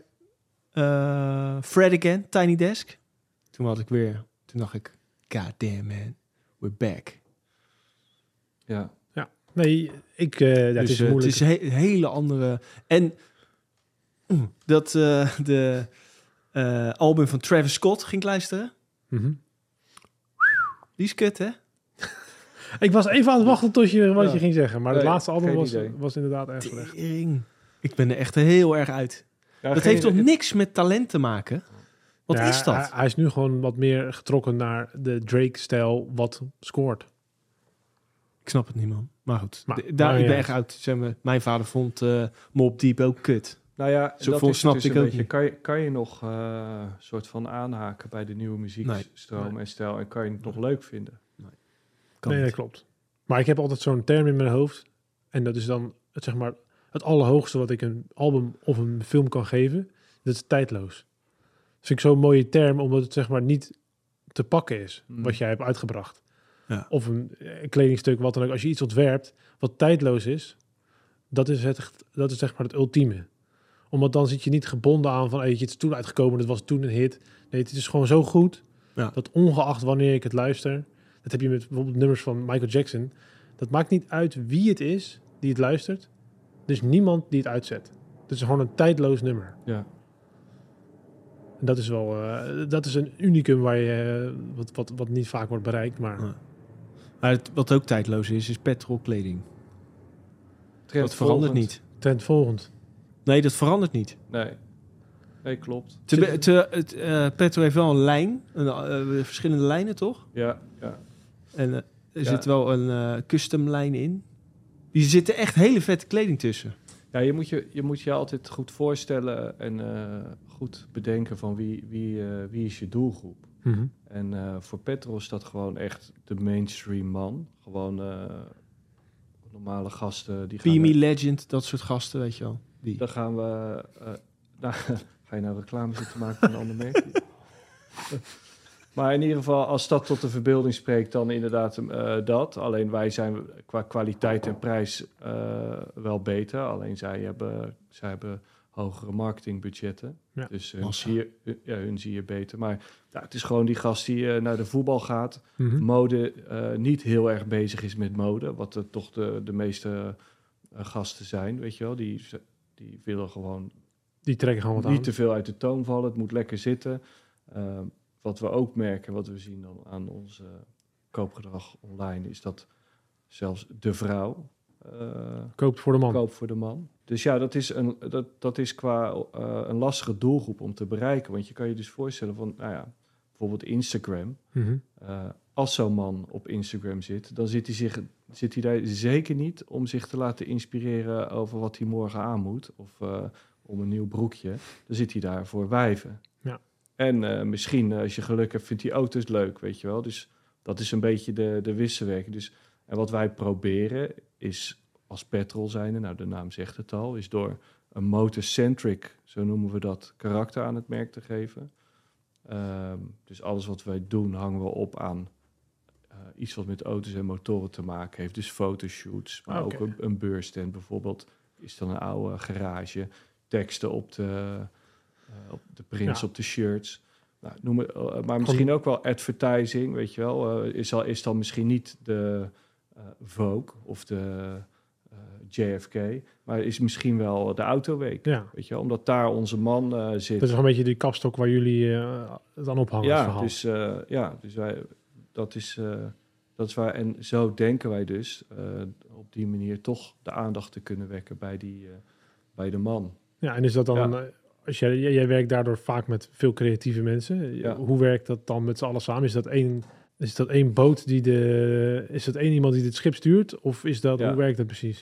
Fred Again, Tiny Desk. Toen dacht ik, god damn man, we're back. Ja, Nee, het Dus is het moeilijk. is een hele andere... En dat de album van Travis Scott ging ik luisteren. Mhm. Die is kut, hè? Ik was even aan het wachten tot je wat Ja. je ging zeggen. Maar het Nee, laatste album geen idee. was inderdaad erg slecht. Tering. Ik ben er echt heel erg uit. Ja, Dat geen- heeft toch niks met talent te maken? Wat Ja, is dat? Hij is nu gewoon wat meer getrokken naar de Drake-stijl wat scoort. Ik snap het niet, man. Maar goed, Maar- ik maar ben ja. echt uit. Zeg maar, mijn vader vond Mobb Deep ook kut. Nou ja, Zo dat vol is het snapte dus ik een ook beetje. niet. Kan je nog soort van aanhaken bij de nieuwe muziekstroom Nee. en stijl en kan je het nog leuk vinden? Kan Nee, dat niet. klopt. Maar ik heb altijd zo'n term in mijn hoofd. En dat is dan het, zeg maar, het allerhoogste wat ik een album of een film kan geven. Dat is tijdloos. Dat vind ik zo'n mooie term, omdat het zeg maar niet te pakken is Mm. wat jij hebt uitgebracht. Ja. Of een kledingstuk, wat dan ook. Als je iets ontwerpt wat tijdloos is, dat is zeg maar het ultieme. Omdat dan zit je niet gebonden aan van, het is toen uitgekomen, dat was toen een hit. Nee, het is gewoon zo goed, Ja. dat ongeacht wanneer ik het luister, dat heb je met bijvoorbeeld nummers van Michael Jackson. Dat maakt niet uit wie het is die het luistert. Er is niemand die het uitzet. Het is gewoon een tijdloos nummer. Ja. En dat is wel dat is een unicum waar je, wat niet vaak wordt bereikt. Maar Ja. Maar wat ook tijdloos is petrol kleding. Dat verandert niet. trendvolgend. Nee, dat verandert niet. Nee, klopt. Petrol heeft wel een lijn. Verschillende lijnen, toch? Ja. En er zit wel een custom lijn in. Die zitten echt hele vette kleding tussen. Ja, je moet je altijd goed voorstellen en goed bedenken van wie is je doelgroep. Mm-hmm. En voor Petrol is dat gewoon echt de mainstream man. Gewoon normale gasten. Die gaan PME Legend, dat soort gasten, weet je wel. Die. Dan gaan we... ga je nou reclame zitten maken van een ander merk? Maar in ieder geval, als dat tot de verbeelding spreekt, dan inderdaad dat. Alleen wij zijn qua kwaliteit en prijs wel beter. Alleen zij hebben hogere marketingbudgetten. Ja. Dus hun zie je beter. Maar ja, het is gewoon die gast die naar de voetbal gaat. Mm-hmm. Mode niet heel erg bezig is met mode. Wat toch de meeste gasten zijn, weet je wel. Die willen gewoon Die trekken gewoon wat aan. niet te veel uit de toon vallen. Het moet lekker zitten. Wat we ook merken, wat we zien dan aan ons koopgedrag online, is dat zelfs de vrouw Koopt voor de man. koopt voor de man. Dus ja, dat is qua een lastige doelgroep om te bereiken. Want je kan je dus voorstellen van, nou ja, bijvoorbeeld Instagram. Mm-hmm. Als zo'n man op Instagram zit, dan zit hij daar zeker niet om zich te laten inspireren over wat hij morgen aan moet. Of om een nieuw broekje. Dan zit hij daar voor wijven. Ja. En misschien, als je geluk hebt, vindt hij auto's leuk, weet je wel. Dus dat is een beetje de wisselwerking. Dus, en wat wij proberen is, als Petrol zijnde, nou de naam zegt het al, is door een motorcentric, zo noemen we dat, karakter aan het merk te geven. Dus alles wat wij doen hangen we op aan iets wat met auto's en motoren te maken heeft. Dus fotoshoots, maar ook een beurstand bijvoorbeeld is dan een oude garage. Teksten op de prints op de shirts. Nou, maar misschien ook wel advertising, weet je wel. Is dan misschien niet de Vogue of de JFK, maar is misschien wel de Autoweek. Ja. Weet je wel, omdat daar onze man zit. Dat is wel een beetje die kapstok waar jullie het aan ophangen. het verhaal. Dus wij, dat is waar. En zo denken wij dus op die manier toch de aandacht te kunnen wekken bij de man. Ja, en is dat dan... Ja. Als jij werkt daardoor vaak met veel creatieve mensen. Ja. Hoe werkt dat dan met z'n allen samen? Is dat één boot is dat één iemand die het schip stuurt? Of is dat, hoe werkt dat precies?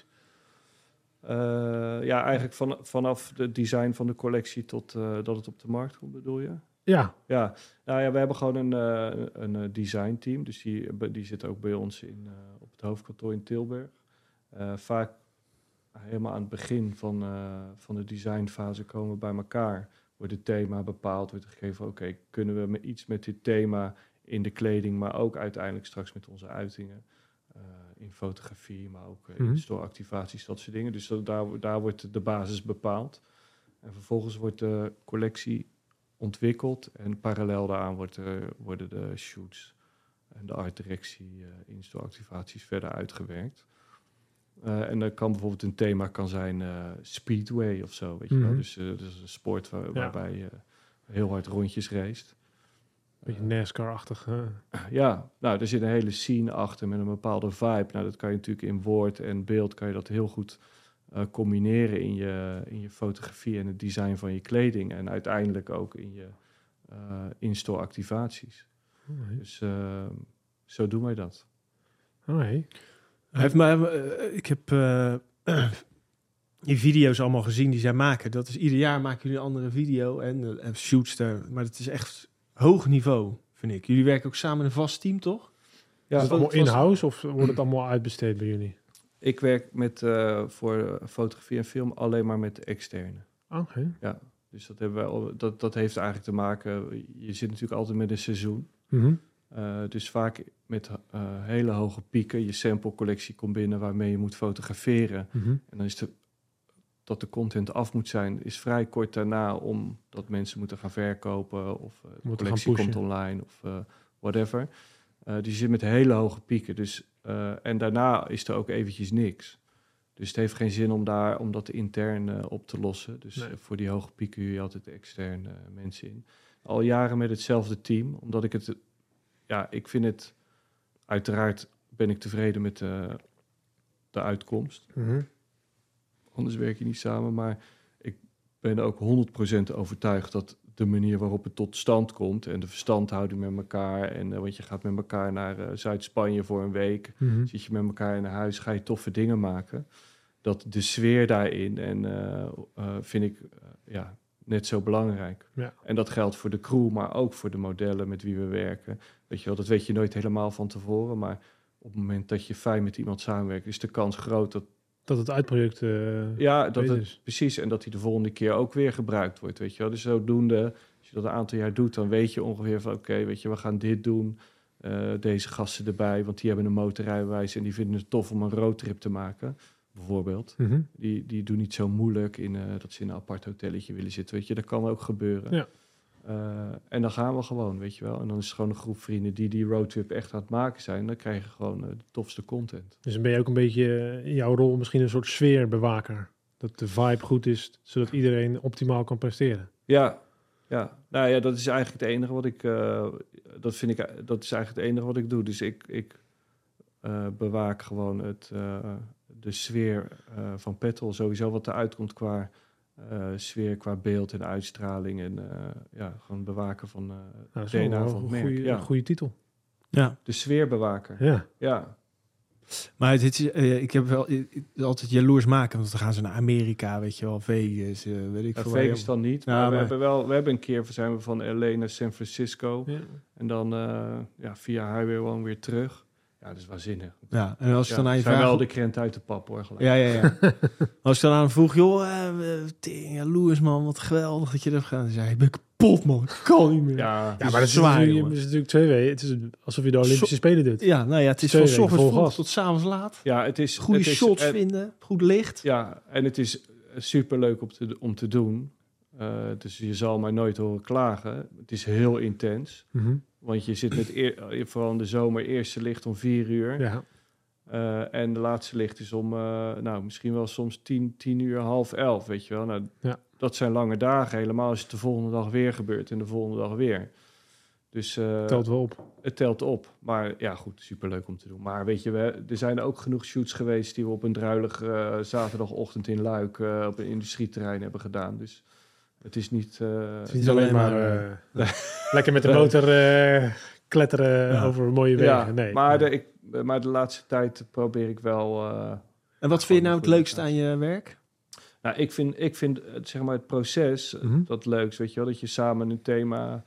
Eigenlijk vanaf het design van de collectie tot dat het op de markt komt, bedoel je? Ja. Ja, nou ja, we hebben gewoon een designteam. Dus die zit ook bij ons op het hoofdkantoor in Tilburg. Vaak helemaal aan het begin van de designfase komen we bij elkaar. Wordt het thema bepaald, wordt er gegeven, oké, kunnen we iets met dit thema in de kleding, maar ook uiteindelijk straks met onze uitingen. In fotografie, maar ook in storeactivaties, dat soort dingen. Dus daar wordt de basis bepaald. En vervolgens wordt de collectie ontwikkeld en parallel daaraan worden de shoots en de artdirectie in storeactivaties verder uitgewerkt. En dan kan bijvoorbeeld een thema zijn speedway of zo, weet je wel. Dus dat is een sport waarbij je heel hard rondjes race. Beetje NASCAR-achtig. Ja, nou, er zit een hele scene achter met een bepaalde vibe. Nou, dat kan je natuurlijk in woord en beeld kan je dat heel goed combineren in je fotografie en het design van je kleding. En uiteindelijk ook in je in-store activaties. Dus zo doen wij dat. Ik heb die video's allemaal gezien die zij maken. Dat is ieder jaar maken jullie een andere video en shoots er. Maar het is echt hoog niveau, vind ik. Jullie werken ook samen in een vast team, toch? Ja, is het allemaal in-house of wordt het allemaal uitbesteed bij jullie? Ik werk voor fotografie en film alleen maar met externe. Oké. Ja, dus dat hebben we al. Dat heeft eigenlijk te maken. Je zit natuurlijk altijd met een seizoen. Mm-hmm. Dus vaak met hele hoge pieken. Je samplecollectie komt binnen waarmee je moet fotograferen. Mm-hmm. En dan is dat de content af moet zijn, is vrij kort daarna omdat mensen moeten gaan verkopen of de collectie komt online of whatever. Dus je zit met hele hoge pieken. Dus, en daarna is er ook eventjes niks. Dus het heeft geen zin om dat intern op te lossen. Dus Nee. voor die hoge pieken huur je altijd externe mensen in. Al jaren met hetzelfde team, omdat ik het... Ja, ik vind het... Uiteraard ben ik tevreden met de uitkomst. Mhm. Anders werk je niet samen, maar ik ben ook 100% overtuigd dat de manier waarop het tot stand komt en de verstandhouding met elkaar, en want je gaat met elkaar naar Zuid-Spanje voor een week, Mhm. zit je met elkaar in een huis, ga je toffe dingen maken. Dat de sfeer daarin vind ik net zo belangrijk. Ja. En dat geldt voor de crew, maar ook voor de modellen met wie we werken. Weet je wel, dat weet je nooit helemaal van tevoren, maar op het moment dat je fijn met iemand samenwerkt, is de kans groot Dat het uitproduct dat beter het is. precies, en dat hij de volgende keer ook weer gebruikt wordt, weet je wel. Dus zodoende, als je dat een aantal jaar doet, dan weet je ongeveer van, oké, weet je, we gaan dit doen, deze gasten erbij, want die hebben een motorrijbewijs en die vinden het tof om een roadtrip te maken, bijvoorbeeld. Mhm. Die doen niet zo moeilijk dat ze in een apart hotelletje willen zitten, weet je, dat kan ook gebeuren. Ja. En dan gaan we gewoon, weet je wel. En dan is het gewoon een groep vrienden die roadtrip echt aan het maken zijn. Dan krijg je gewoon de tofste content. Dus dan ben je ook een beetje in jouw rol misschien een soort sfeerbewaker. Dat de vibe goed is, zodat iedereen optimaal kan presteren. Ja. Nou ja, dat is eigenlijk het enige wat ik... dat is eigenlijk het enige wat ik doe. Dus ik bewaak gewoon de sfeer van Petrol. Sowieso wat eruit komt qua sfeer, qua beeld en uitstraling. En gewoon bewaken van Dat is DNA wel van het een merk. Ja. goede titel. Ja. De sfeerbewaker. Ja. Ja. Maar ik heb wel altijd jaloers maken, want dan gaan ze naar Amerika, weet je wel, Vegas, weet ik veel. Vegas dan niet. Ja, Maar maar- we hebben een keer zijn we van LA naar San Francisco. Ja. En dan via Highway One weer terug. Ja, dat is waanzinnig. Ja, en als je dan aan je zijn vraagt... wel de krent uit de pap, hoor. Gelijk. Ja. Als ik dan aan hem vroeg, joh, jaloers man, wat geweldig dat je dat hebt gedaan. Dan zei hij, ik ben kapot man, ik kan niet meer. Ja, Ja, maar dat zwaar, is jongen. natuurlijk 2 weken. Het is alsof je de Olympische Spelen doet. Ja, nou ja, het is 2 van weken 's ochtends vol vroeg gas. tot 's avonds laat. ja, het is... Goede het is- shots vinden, goed licht. Ja, en het is superleuk om te doen. Dus je zal mij nooit horen klagen. Het is heel intens. Mhm. Want je zit met vooral in de zomer, eerste licht om 4 uur. Ja. En de laatste licht is om, misschien wel soms 10 uur, 10:30, weet je wel. Nou, Ja. Dat zijn lange dagen, helemaal als het de volgende dag weer gebeurt en de volgende dag weer. Dus Telt wel op. het telt op. Maar ja, goed, superleuk om te doen. Maar weet je, er zijn ook genoeg shoots geweest die we op een druilig zaterdagochtend in Luik op een industrieterrein hebben gedaan. Dus het is niet... Het is niet alleen maar lekker met de motor kletteren Ja. over mooie wegen. Nee. maar de laatste tijd probeer ik wel... En wat vind je nou het goede leukste aan je werk? Nou, ik vind zeg maar het proces Mhm. dat leukst, weet je wel, dat je samen een thema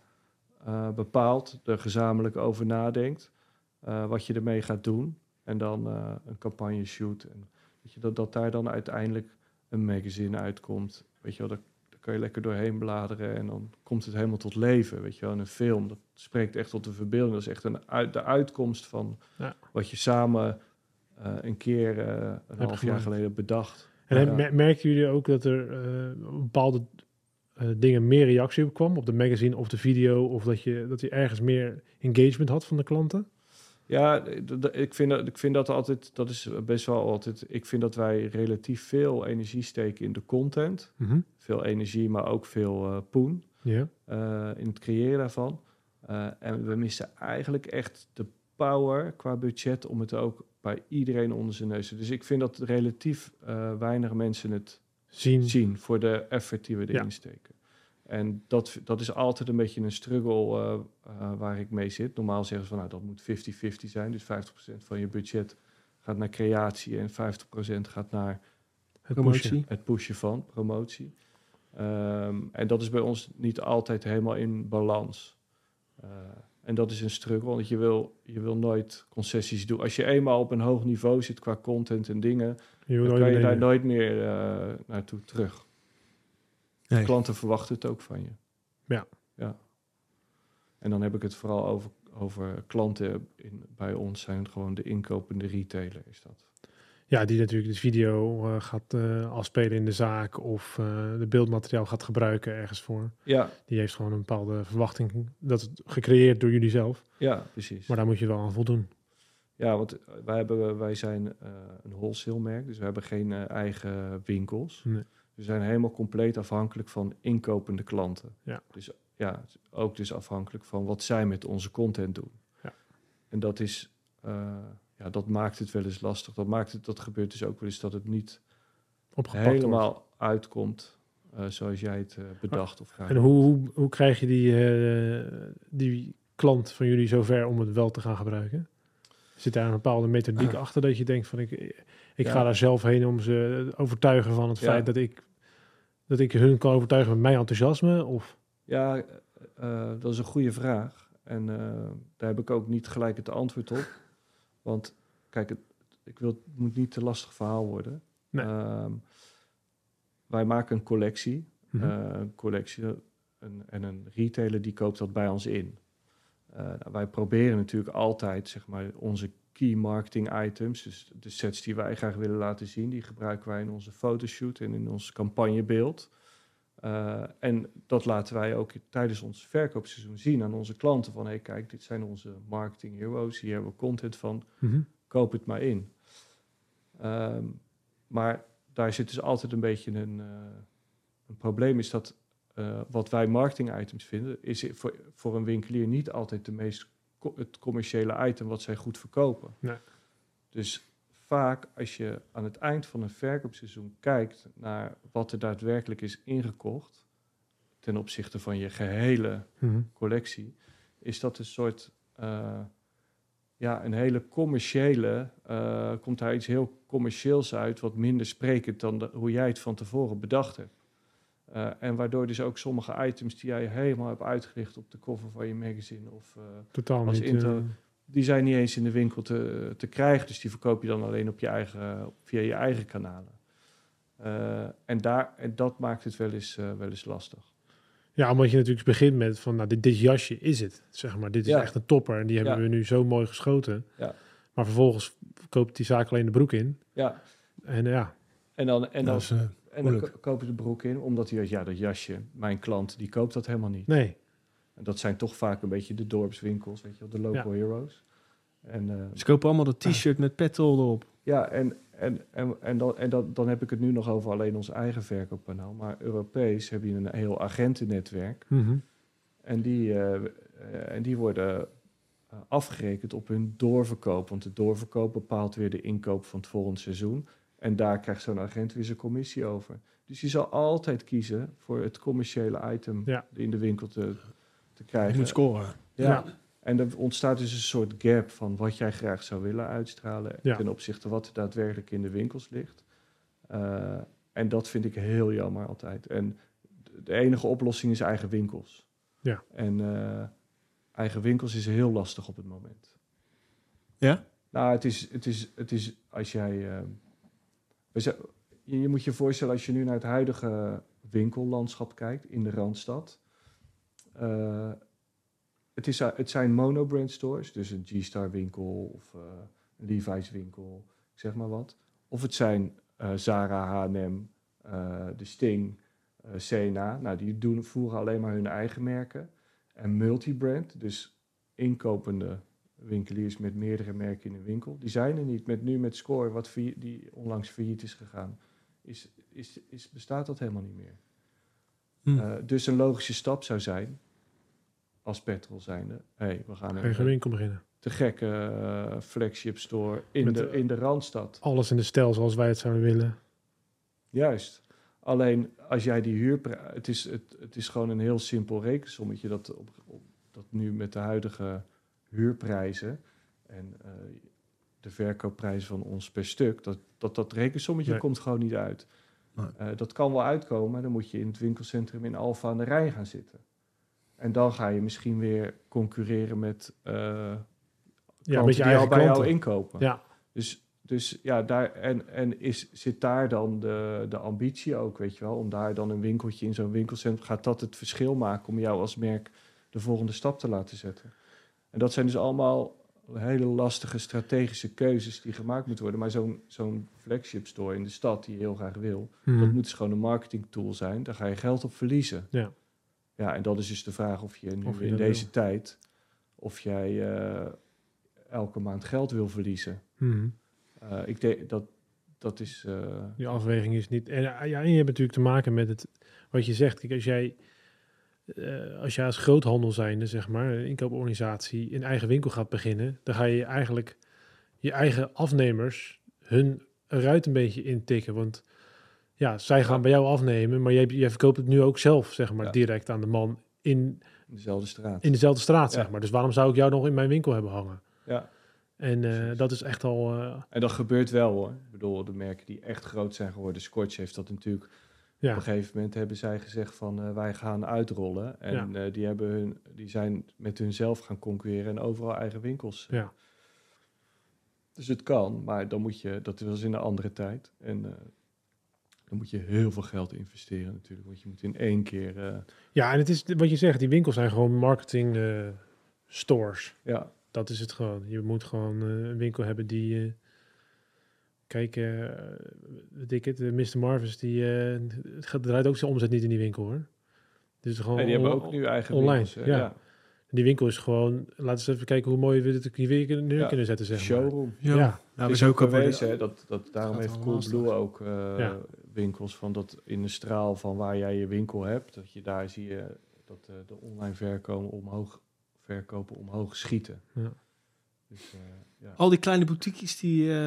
bepaalt, er gezamenlijk over nadenkt, wat je ermee gaat doen en dan een campagne shoot en weet je, dat daar dan uiteindelijk een magazine uitkomt, weet je wel, daar kan je lekker doorheen bladeren en dan komt het helemaal tot leven, weet je wel, en een film, dat spreekt echt tot de verbeelding, dat is echt de uitkomst van wat je samen een keer een half jaar geleden bedacht. En merken jullie ook dat er bepaalde dingen meer reactie op kwam? Op de magazine of de video? Of dat je ergens meer engagement had van de klanten? Ja, ik vind dat altijd... Dat is best wel altijd... Ik vind dat wij relatief veel energie steken in de content. Mhm. Veel energie, maar ook veel poen. Ja. In het creëren daarvan. En we missen eigenlijk echt de power qua budget om het ook bij iedereen onder zijn neus. Dus ik vind dat relatief weinig mensen het zien voor de effort die we erin steken. En dat is altijd een beetje een struggle waar ik mee zit. Normaal zeggen ze van, nou, dat moet 50-50 zijn. Dus 50% van je budget gaat naar creatie en 50% gaat naar het pushen van promotie. En dat is bij ons niet altijd helemaal in balans. En dat is een struggle, want je wil nooit concessies doen. Als je eenmaal op een hoog niveau zit qua content en dingen, dan kan je daar nooit meer naartoe terug. Nee. Klanten verwachten het ook van je. Ja. En dan heb ik het vooral over klanten bij ons zijn gewoon de inkopende retailer, is dat. Ja, die natuurlijk de video gaat afspelen in de zaak of de beeldmateriaal gaat gebruiken ergens voor. Ja. Die heeft gewoon een bepaalde verwachting. Dat het gecreëerd door jullie zelf. Ja, precies. Maar daar moet je wel aan voldoen. Ja, want wij zijn een wholesale merk, dus we hebben geen eigen winkels. Nee. We zijn helemaal compleet afhankelijk van inkopende klanten. Ja. Dus ja, ook dus afhankelijk van wat zij met onze content doen. Ja. En dat is, dat maakt het wel eens lastig. Dat gebeurt dus ook wel eens dat het niet Opgepakt wordt. helemaal uitkomt zoals jij het bedacht of graag. En hoe krijg je die klant van jullie zover om het wel te gaan gebruiken? Zit daar een bepaalde methodiek achter dat je denkt van ik ga daar zelf heen om ze te overtuigen van het feit dat ik hun kan overtuigen met mijn enthousiasme? Of? Ja, dat is een goede vraag. En daar heb ik ook niet gelijk het antwoord op. Want kijk, het moet niet te lastig verhaal worden. Nee. Wij maken een collectie. Mhm. En een retailer die koopt dat bij ons in. Wij proberen natuurlijk altijd, zeg maar, onze key marketing items, dus de sets die wij graag willen laten zien, die gebruiken wij in onze fotoshoot en in ons campagnebeeld. En dat laten wij ook tijdens ons verkoopseizoen zien aan onze klanten. Van, hey, kijk, dit zijn onze marketing heroes, hier hebben we content van, koop het maar in. Maar daar zit dus altijd een beetje een probleem, is dat wat wij marketing items vinden, is voor een winkelier niet altijd het commerciële item wat zij goed verkopen. Nee. Dus vaak als je aan het eind van een verkoopseizoen kijkt naar wat er daadwerkelijk is ingekocht ten opzichte van je gehele collectie, is dat een soort een hele commerciële, komt daar iets heel commercieels uit, wat minder sprekend dan hoe jij het van tevoren bedacht hebt. En waardoor dus ook sommige items die jij helemaal hebt uitgelicht op de cover van je magazine of Totaal als niet. intro, die zijn niet eens in de winkel te krijgen. Dus die verkoop je dan alleen op via je eigen kanalen. En dat maakt het wel eens lastig. Ja, omdat je natuurlijk begint met van, nou, dit jasje is het. Zeg maar, dit is echt een topper en die hebben we nu zo mooi geschoten. Ja. Maar vervolgens koopt die zaak alleen de broek in. Ja. En En dan moeilijk. koop je de broek in, omdat dat jasje, mijn klant, die koopt dat helemaal niet. nee. En dat zijn toch vaak een beetje de dorpswinkels, weet je wel, de local heroes. En, Ze kopen allemaal dat t-shirt met petrol erop. ja, dan heb ik het nu nog over alleen ons eigen verkoopkanaal. Maar Europees heb je een heel agentennetwerk. En die worden afgerekend op hun doorverkoop. Want de doorverkoop bepaalt weer de inkoop van het volgende seizoen. En daar krijgt zo'n agent weer zijn commissie over. Dus je zal altijd kiezen voor het commerciële item in de winkel te krijgen. Je moet scoren. Ja. En er ontstaat dus een soort gap van wat jij graag zou willen uitstralen ten opzichte van wat er daadwerkelijk in de winkels ligt. En dat vind ik heel jammer altijd. En de enige oplossing is eigen winkels. Ja. En eigen winkels is heel lastig op het moment. Ja? Nou, het is als jij... je moet je voorstellen, als je nu naar het huidige winkellandschap kijkt in de Randstad. Het zijn monobrand stores, dus een G-Star winkel of een Levi's winkel, zeg maar wat. Of het zijn Zara, H&M, de Sting, Sena. Nou, die voeren alleen maar hun eigen merken. En multibrand, dus inkopende winkeliers met meerdere merken in een winkel. Die zijn er niet. Met Score, die onlangs failliet is gegaan, bestaat dat helemaal niet meer. Dus een logische stap zou zijn, als petrol zijnde, we gaan Eigen winkel beginnen. te gekke flagship store in de Randstad. Alles in de stijl zoals wij het zouden willen. Juist. Alleen als jij die huurprijs... Het is gewoon een heel simpel rekensommetje dat nu met de huidige huurprijzen en de verkoopprijzen van ons per stuk, dat rekensommetje komt gewoon niet uit. Nee. Dat kan wel uitkomen, maar dan moet je in het winkelcentrum in Alphen aan de Rijn gaan zitten. En dan ga je misschien weer concurreren met met je die al bij klanten. jou inkopen. Ja. Dus ja, zit daar dan de ambitie ook, weet je wel, om daar dan een winkeltje in zo'n winkelcentrum, gaat dat het verschil maken om jou als merk de volgende stap te laten zetten. En dat zijn dus allemaal hele lastige strategische keuzes die gemaakt moeten worden. Maar zo'n flagship store in de stad die je heel graag wil, dat moet dus gewoon een marketing tool zijn. Daar ga je geld op verliezen. Ja. Ja, en dat is dus de vraag of je nu in deze tijd, of jij elke maand geld wil verliezen. Mhm. Ik denk dat is... Die afweging is niet... En, en je hebt natuurlijk te maken met het... Wat je zegt, kijk, als jij als groothandel zijnde, zeg maar, een inkooporganisatie, een eigen winkel gaat beginnen, dan ga je eigenlijk je eigen afnemers hun eruit een beetje intikken. Want ja, zij gaan bij jou afnemen, maar jij verkoopt het nu ook zelf, zeg maar, direct aan de man in dezelfde straat. In dezelfde straat, Ja. zeg maar. Dus waarom zou ik jou nog in mijn winkel hebben hangen? Ja. En dat is echt al... En dat gebeurt wel, hoor. Ik bedoel, de merken die echt groot zijn geworden, Scotch heeft dat natuurlijk... Ja. Op een gegeven moment hebben zij gezegd van wij gaan uitrollen. En die zijn met hunzelf gaan concurreren en overal eigen winkels. Ja. Dus het kan, maar dan moet je, dat was in een andere tijd. En dan moet je heel veel geld investeren natuurlijk. Want je moet in één keer... Ja, en het is wat je zegt, die winkels zijn gewoon marketing stores. Ja. Dat is het gewoon. Je moet gewoon een winkel hebben die... Kijk, weet ik het, Mr. Marvis, die draait ook zijn omzet niet in die winkel, hoor. Dus gewoon En die hebben ook nu eigen online, winkels. ja. Die winkel is gewoon... Laten we eens even kijken hoe mooi we dit hier kunnen zetten, zeg maar. Showroom. Ja. Nou, is ook geweest, daarom gaat heeft allemaal Coolblue ook winkels van dat in de straal van waar jij je winkel hebt, dat je daar zie je dat de online verkopen omhoog schieten. Ja. Dus, Al die kleine boutiques,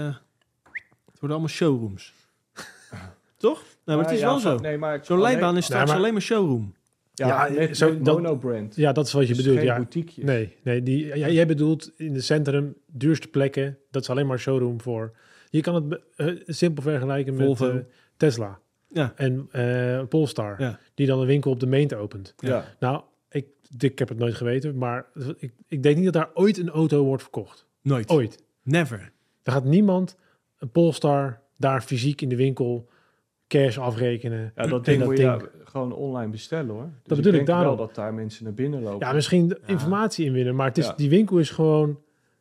het worden allemaal showrooms. Toch? Nou, maar het is wel zo. Nee, maar Zo'n Leibaan is straks alleen maar showroom. Ja, met monobrand. Ja, dat is wat je dus bedoelt. geen Ja. boutiquejes. Nee, jij bedoelt in het centrum, duurste plekken, dat is alleen maar showroom voor. Je kan het simpel vergelijken Volvo. met Tesla en Polestar, die dan een winkel op de Meent opent. Ja. Nou, ik heb het nooit geweten, maar ik denk niet dat daar ooit een auto wordt verkocht. Nooit. Ooit. Never. Er gaat niemand een Polestar daar fysiek in de winkel cash afrekenen. Ja, dat ding moet je gewoon online bestellen, hoor. Dus dat bedoel ik daarom. wel dat daar mensen naar binnen lopen. Ja, misschien informatie inwinnen, maar het is, die winkel is gewoon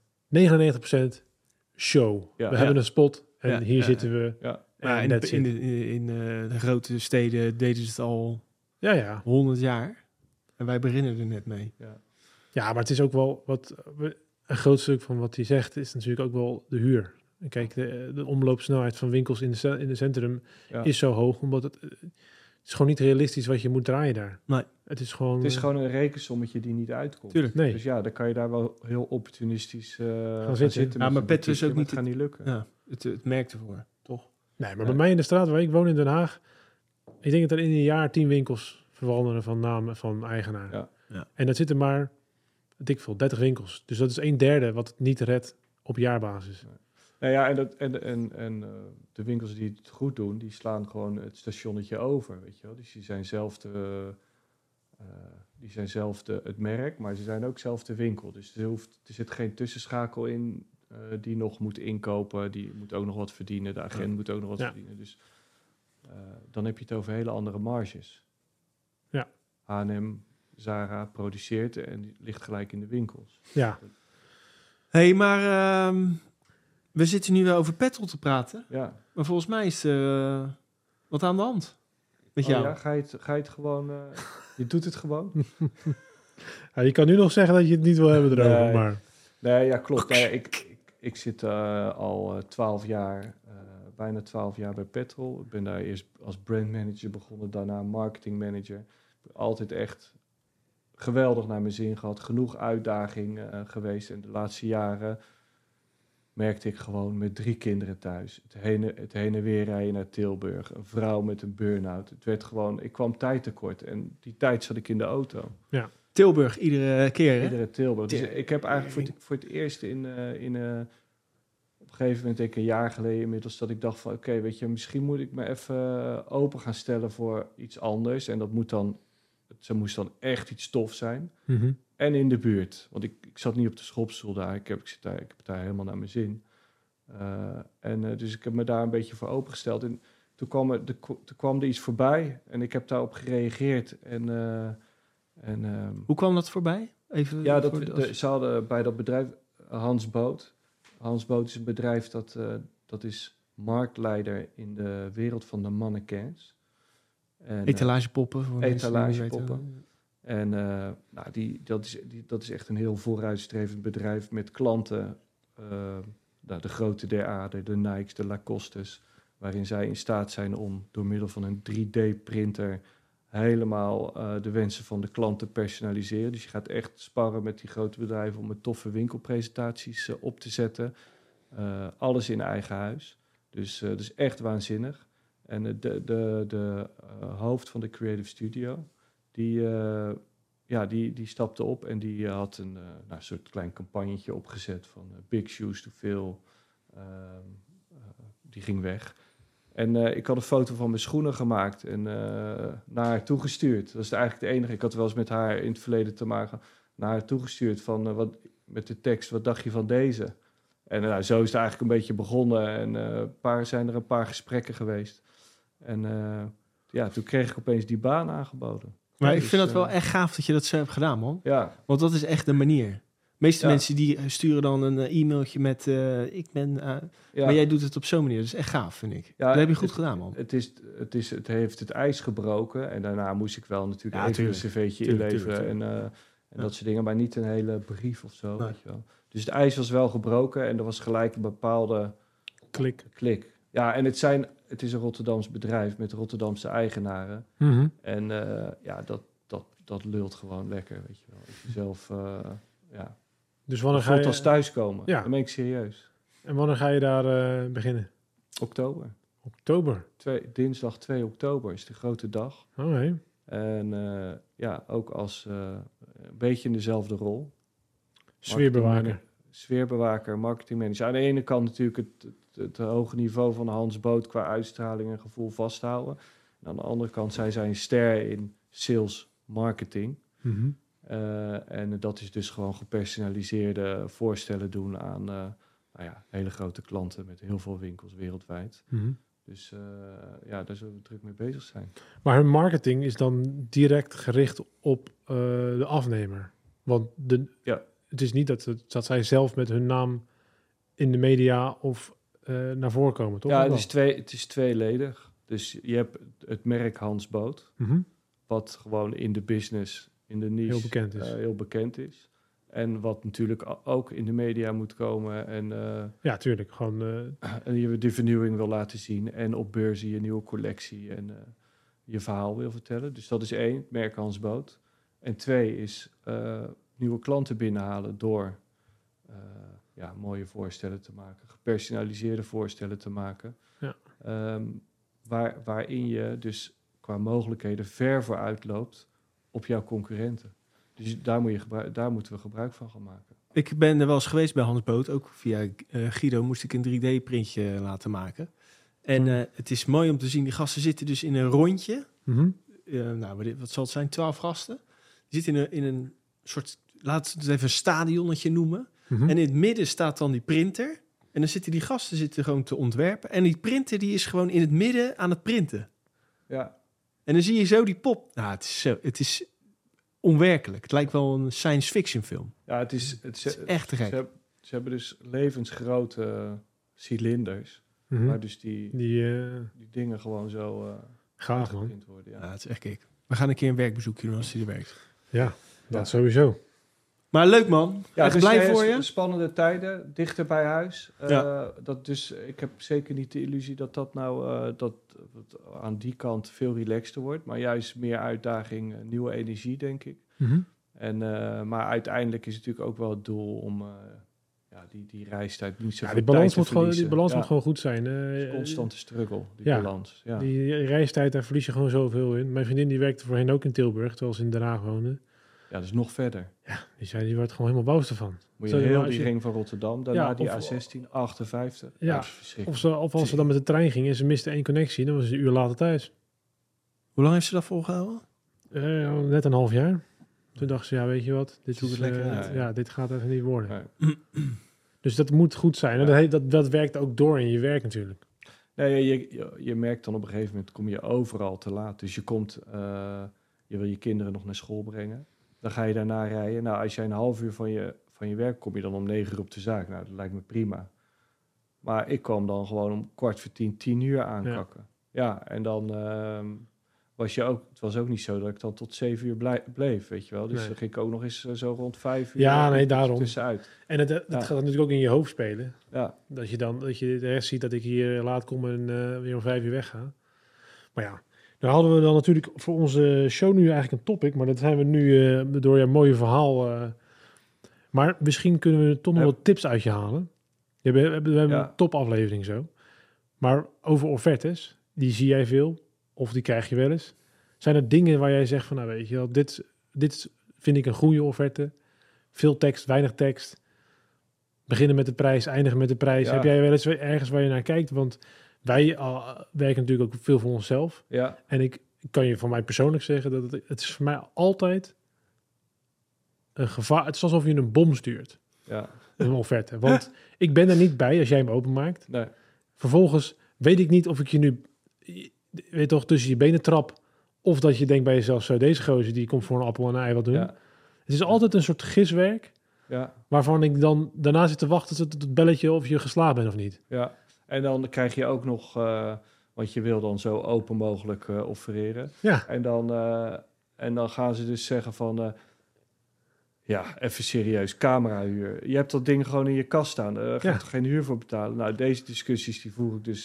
99% show. Ja, we hebben een spot en hier zitten we. Ja. Maar in de grote steden deden ze het al 100 jaar. En wij beginnen er net mee. Ja, maar het is ook wel een groot stuk van wat hij zegt is natuurlijk ook wel de huur. En kijk, de omloopsnelheid van winkels in de centrum is zo hoog, omdat het is gewoon niet realistisch wat je moet draaien daar. Nee. Het is gewoon een rekensommetje die niet uitkomt. Tuurlijk. Nee. Dus dan kan je daar wel heel opportunistisch gaan zitten. Ja, maar Pet is ook niet... gaat niet lukken. Ja, het merkt ervoor, toch? Nee, maar bij mij in de straat waar ik woon in Den Haag, ik denk dat er in een jaar 10 winkels veranderen van naam van eigenaar. Ja. En dat zitten maar, dik veel, 30 winkels. Dus dat is 1/3 wat het niet redt op jaarbasis. Nee. Nou ja, en de winkels die het goed doen, die slaan gewoon het stationnetje over, weet je wel. Dus die zijn zelf het merk, maar ze zijn ook zelf de winkel. Dus er zit geen tussenschakel in die nog moet inkopen, die moet ook nog wat verdienen, de agent moet ook nog wat verdienen. Dus dan heb je het over hele andere marges. Ja. H&M, Zara produceert en die ligt gelijk in de winkels. Ja. Hey, maar we zitten nu wel over petrol te praten. Ja. Maar volgens mij is wat aan de hand met jou. Ja, ga je het gewoon... je doet het gewoon? Ja, je kan nu nog zeggen dat je het niet wil hebben erover, Nee. maar... Nee, ja, klopt. Nee, ik zit al 12 jaar, bijna 12 jaar bij Petrol. Ik ben daar eerst als brandmanager begonnen, daarna marketingmanager. Altijd echt geweldig naar mijn zin gehad. Genoeg uitdaging geweest. En de laatste jaren merkte ik gewoon met 3 kinderen thuis. Het heen en weer rijden naar Tilburg. Een vrouw met een burn-out. Het werd gewoon... Ik kwam tijd tekort. En die tijd zat ik in de auto. Ja. Tilburg, iedere keer, hè? Iedere Tilburg. Dus ik heb eigenlijk voor het eerst op een gegeven moment, denk ik een jaar geleden inmiddels, dat ik dacht van oké, weet je, misschien moet ik me even open gaan stellen voor iets anders. En dat moest dan echt iets tof zijn. Mhm. En in de buurt. Want ik zat niet op de schopstoel daar. Ik heb het daar helemaal naar mijn zin. Dus ik heb me daar een beetje voor opengesteld. En toen kwam er iets voorbij. En ik heb daarop gereageerd. Hoe kwam dat voorbij? Even ja, ze hadden bij dat bedrijf Hans Boot. Hans Boot is een bedrijf dat is marktleider in de wereld van de mannequins. Etalagepoppen. Voor etalagepoppen. En dat is echt een heel vooruitstrevend bedrijf met klanten de grote der aarde, de Nikes, de Lacostes, waarin zij in staat zijn om door middel van een 3D-printer helemaal de wensen van de klant te personaliseren. Dus je gaat echt sparren met die grote bedrijven om het toffe winkelpresentaties op te zetten. Alles in eigen huis. Dus dat is echt waanzinnig. En de hoofd van de Creative Studio, die stapte op en die had een soort klein campagnetje opgezet van Big Shoes to Fill. Die ging weg. En ik had een foto van mijn schoenen gemaakt en naar haar toegestuurd. Dat is eigenlijk de enige. Ik had wel eens met haar in het verleden te maken. Naar haar toegestuurd van met de tekst, wat dacht je van deze? En zo is het eigenlijk een beetje begonnen. En zijn er een paar gesprekken geweest. En toen kreeg ik opeens die baan aangeboden. Maar ik Dus, vind dat wel echt gaaf dat je dat zo hebt gedaan, man. Ja, Want dat is echt de manier. De meeste mensen die sturen dan een e-mailtje met ik ben... Maar jij doet het op zo'n manier. Dat is echt gaaf, vind ik. Ja, dat heb je goed gedaan, man. Het heeft het ijs gebroken. En daarna moest ik wel natuurlijk even tuurlijk. een cv'tje inleveren. En dat soort dingen. Maar niet een hele brief of zo. Nee. Weet je wel. Dus het ijs was wel gebroken. En er was gelijk een bepaalde klik. Ja, en het is een Rotterdams bedrijf met Rotterdamse eigenaren. Mm-hmm. En dat lult gewoon lekker, weet je wel. Dat je zelf, Dus wanneer het ga voelt je... als thuiskomen. Ja. Dat meen ik serieus. En wanneer ga je daar beginnen? Oktober. Oktober. Dinsdag 2 oktober is de grote dag. Oh, nee. En ook als een beetje in dezelfde rol. Sfeerbewaker, marketingmanager. Aan de ene kant natuurlijk het hoge niveau van Hans Boot qua uitstraling en gevoel vasthouden. En aan de andere kant zij zijn ster in sales marketing. Mm-hmm. En dat is dus gewoon gepersonaliseerde voorstellen doen aan hele grote klanten met heel veel winkels wereldwijd. Mm-hmm. Dus daar zullen we druk mee bezig zijn. Maar hun marketing is dan direct gericht op de afnemer. Want het is niet dat zij zelf met hun naam in de media of naar voren komen, toch? Ja, het is tweeledig. Dus je hebt het merk Hans Boot, Mm-hmm. wat gewoon in de business, in de niche heel bekend is. En wat natuurlijk ook in de media moet komen. En ja, tuurlijk. Gewoon, en je de vernieuwing wil laten zien. En op beurzen je nieuwe collectie en je verhaal wil vertellen. Dus dat is 1, het merk Hans Boot. En 2 is nieuwe klanten binnenhalen door mooie voorstellen te maken. Gepersonaliseerde voorstellen te maken. Ja. Waarin je dus qua mogelijkheden ver vooruit loopt op jouw concurrenten. Dus daar moeten we gebruik van gaan maken. Ik ben er wel eens geweest bij Hans Boot. Ook via Guido moest ik een 3D-printje laten maken. En het is mooi om te zien. Die gasten zitten dus in een rondje. mm-hmm. Wat zal het zijn? 12 gasten. Die zitten in een soort, laten we het even een stadionnetje noemen. Mm-hmm. En in het midden staat dan die printer. En dan zitten die gasten gewoon te ontwerpen. En die printer die is gewoon in het midden aan het printen. Ja. En dan zie je zo die pop. Nou, het is onwerkelijk. Het lijkt wel een science fiction film. Ja, het is echt te gek. Ze hebben dus levensgrote cilinders. Mm-hmm. Waar dus die dingen gewoon zo gaaf, man. geprint worden. Ja, het is echt kick. We gaan een keer een werkbezoekje doen als hij er werkt. Ja, dat sowieso. Maar leuk, man. Ja, echt dus blij voor je. Spannende tijden, dichter bij huis. Ja. Ik heb zeker niet de illusie dat aan die kant veel relaxter wordt. Maar juist meer uitdaging, nieuwe energie, denk ik. Mm-hmm. Maar uiteindelijk is het natuurlijk ook wel het doel om die reistijd niet zo Die balans moet gewoon goed zijn. Constante struggle, die balans. Ja. Die reistijd, daar verlies je gewoon zoveel in. Mijn vriendin die werkte voorheen ook in Tilburg, terwijl ze in Den Haag woonde. Ja, dat is nog verder. Ja, die wordt gewoon helemaal boos ervan. Moet je heel die ring van Rotterdam, daarna die A16, 58. Ja, of als ze dan met de trein gingen en ze miste 1 connectie, dan was ze een uur later thuis. Hoe lang heeft ze dat volgehouden? Net een half jaar. Toen dacht ze, weet je wat, dit gaat even niet worden. Nee. Dus dat moet goed zijn. Ja. Dat werkt ook door in je werk natuurlijk. Nee, je merkt dan op een gegeven moment, kom je overal te laat. Dus je wil je kinderen nog naar school brengen. Dan ga je daarna rijden. Nou, als jij een half uur van je werk kom je dan om 9 uur op de zaak. Nou, dat lijkt me prima. Maar ik kwam dan gewoon om 9:45, 10 uur aankakken. Ja, en dan het was ook niet zo dat ik dan tot 7 uur bleef, weet je wel. Dus Nee. dan ging ik ook nog eens zo rond 5 uur Ja, nee, daarom. tussenuit. En het gaat natuurlijk ook in je hoofd spelen. Ja, Dat je de rest ziet dat ik hier laat kom en weer om 5 uur wegga. Maar ja, daar hadden we dan natuurlijk voor onze show nu eigenlijk een topic. Maar dat zijn we nu door je mooie verhaal. Maar misschien kunnen we toch nog wat tips uit je halen. We hebben een topaflevering zo. Maar over offertes, die zie jij veel. Of die krijg je wel eens. Zijn er dingen waar jij zegt van, nou weet je wel, dit vind ik een goede offerte. Veel tekst, weinig tekst. Beginnen met de prijs, eindigen met de prijs. Ja. Heb jij wel eens ergens waar je naar kijkt? Want wij werken natuurlijk ook veel voor onszelf. ja, En ik kan je van mij persoonlijk zeggen dat het is voor mij altijd een gevaar. Het is alsof je een bom stuurt, ja. een offerte. Want ik ben er niet bij als jij hem openmaakt. Nee, Vervolgens weet ik niet of ik je nu, weet toch, tussen je benen trap. Of dat je denkt bij jezelf, zo deze gozer die komt voor een appel en een ei wat doen. ja, Het is altijd een soort giswerk. ja, Waarvan ik dan daarna zit te wachten tot het belletje of je geslaagd bent of niet. ja. En dan krijg je ook nog, want je wil dan zo open mogelijk offereren. Ja, En dan gaan ze dus zeggen van, ja, even serieus, camerahuur. Je hebt dat ding gewoon in je kast staan. Daar ga je toch geen huur voor betalen? Nou, deze discussies die voer ik dus,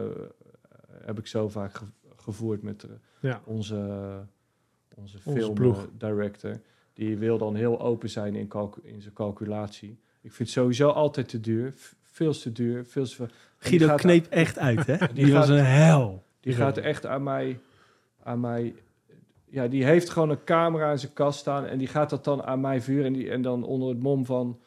heb ik zo vaak gevoerd met onze film ploeg. director. Die wil dan heel open zijn in zijn calculatie. Ik vind het sowieso altijd te duur. Veel te duur. Veel te veel. Guido kneep echt uit, hè? Die was gaat- een hel. Die gaat echt aan mij. Ja, die heeft gewoon een camera in zijn kast staan en die gaat dat dan aan mij vuren en dan onder het mom van,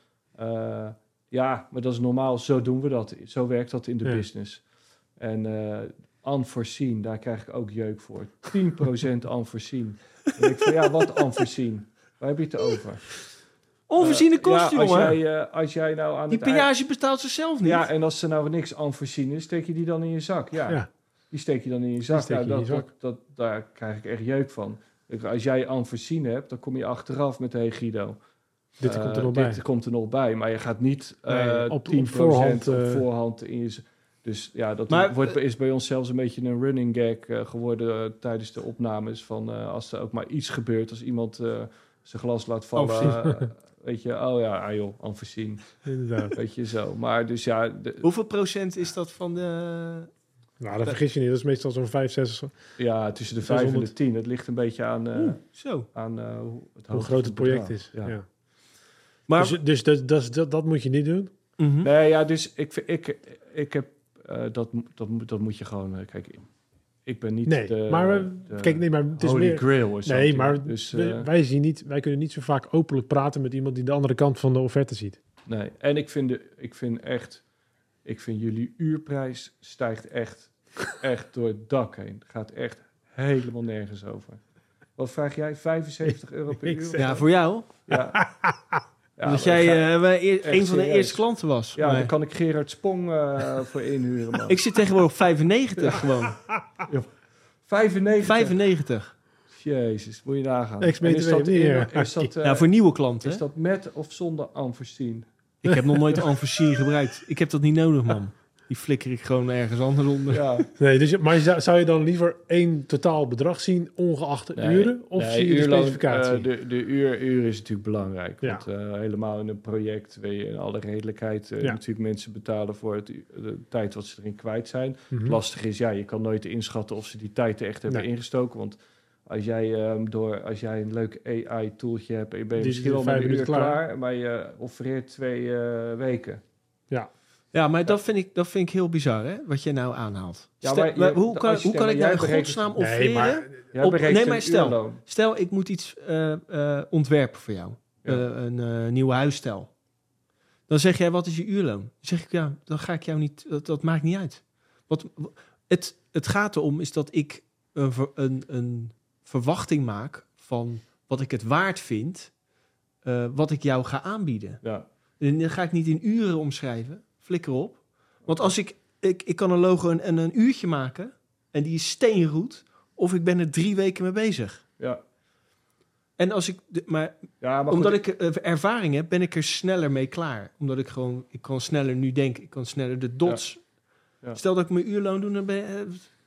ja, maar dat is normaal, zo doen we dat, zo werkt dat in de business. En unforeseen, daar krijg ik ook jeuk voor. 10% unforeseen. En ik van, ja, wat unforeseen? Waar heb je het over? Onvoorziene kosten, jongen. Als jij nou aan Die het eind- peage betaalt zichzelf niet. Ja, en als er nou niks unforeseen is, steek je die dan in je zak. Ja. Die steek je dan in je zak. steek je Ja, in je zak. daar krijg ik echt jeuk van. Als jij unforeseen hebt, dan kom je achteraf met, hey Guido, dit komt er nog bij. dit komt er nog bij. Maar je gaat niet op 10% voorhand, op voorhand in je... Dus ja, dat Maar, is bij ons zelfs een beetje een running gag geworden tijdens de opnames. Van als er ook maar iets gebeurt, als iemand zijn glas laat vallen... weet je, oh ja, joh, unforeseen. Inderdaad. Weet je zo. Maar dus ja... hoeveel procent is dat van de... Nou, dat vergis je niet. Dat is meestal zo'n 5, 6... Ja, tussen de 5 en de 10. Het ligt een beetje aan, Zo. hoe groot het project is. Ja. Ja. Maar, Dus dat moet je niet doen. Mhm. Nee, ja, dus ik heb... dat moet je gewoon... kijk, ik ben niet Nee, de... maar de kijk, nee, maar het is Holy meer... Grail of zo. Nee, maar Dus, wij kunnen niet zo vaak openlijk praten met iemand die de andere kant van de offerte ziet. nee, en ik vind jullie uurprijs stijgt echt door het dak heen. Gaat echt helemaal nergens over. Wat vraag jij? €75 per Ik uur? zeg- Ja, voor jou. Ja. Ja, Dat maar jij echt een van de serieus. eerste klanten was. Ja, Maar dan kan ik Gerard Spong voor inhuren, man. ik zit tegenwoordig op 95 gewoon. 95? 95. Jezus, moet je nagaan. Ex-BTW, En is dat, Ja, voor nieuwe klanten. is dat met of zonder unforeseen? Ik heb nog nooit Unforeseen gebruikt. Ik heb dat niet nodig, man. Die flikker ik gewoon ergens anders onder. Ja. Nee, dus, maar zou je dan liever één totaal bedrag zien, ongeacht de uren? Of zie je de uurloon, specificatie? de uur is natuurlijk belangrijk. Ja. Want helemaal in een project wil je in alle redelijkheid Ja. natuurlijk mensen betalen voor de tijd wat ze erin kwijt zijn. Mhm. Lastig is, ja, je kan nooit inschatten of ze die tijd er echt hebben Nee. ingestoken. Want als jij een leuk AI-tooltje hebt en je bent Die misschien wel is met 5 een uur minuten klaar. klaar, maar je offereert 2 weken. Ja, maar dat vind ik heel bizar, hè? Wat je nou aanhaalt. Ja, Stel- maar maar je- hoe kan als je- ik nou maar in jij berekent- godsnaam Nee, offeren? maar Jij Op- berekent nee, maar een stel. uurloon. Stel, ik moet iets ontwerpen voor jou. Ja. Een nieuwe huisstijl. Dan zeg jij, wat is je uurloon? Dan zeg ik, ja, dan ga ik jou niet... Dat maakt niet uit. Het gaat erom is dat ik een verwachting maak van wat ik het waard vind, wat ik jou ga aanbieden. Ja. En dan ga ik niet in uren omschrijven. Flikker op. Want als ik kan een logo en een uurtje maken en die is steengoed, of ik ben er 3 weken mee bezig. Ja. En als maar Maar omdat goed, ik ervaring heb, ben ik er sneller mee klaar. Omdat ik kan sneller nu denken. Ik kan sneller de dots. Ja. Stel dat ik mijn uurloon doe, dan ben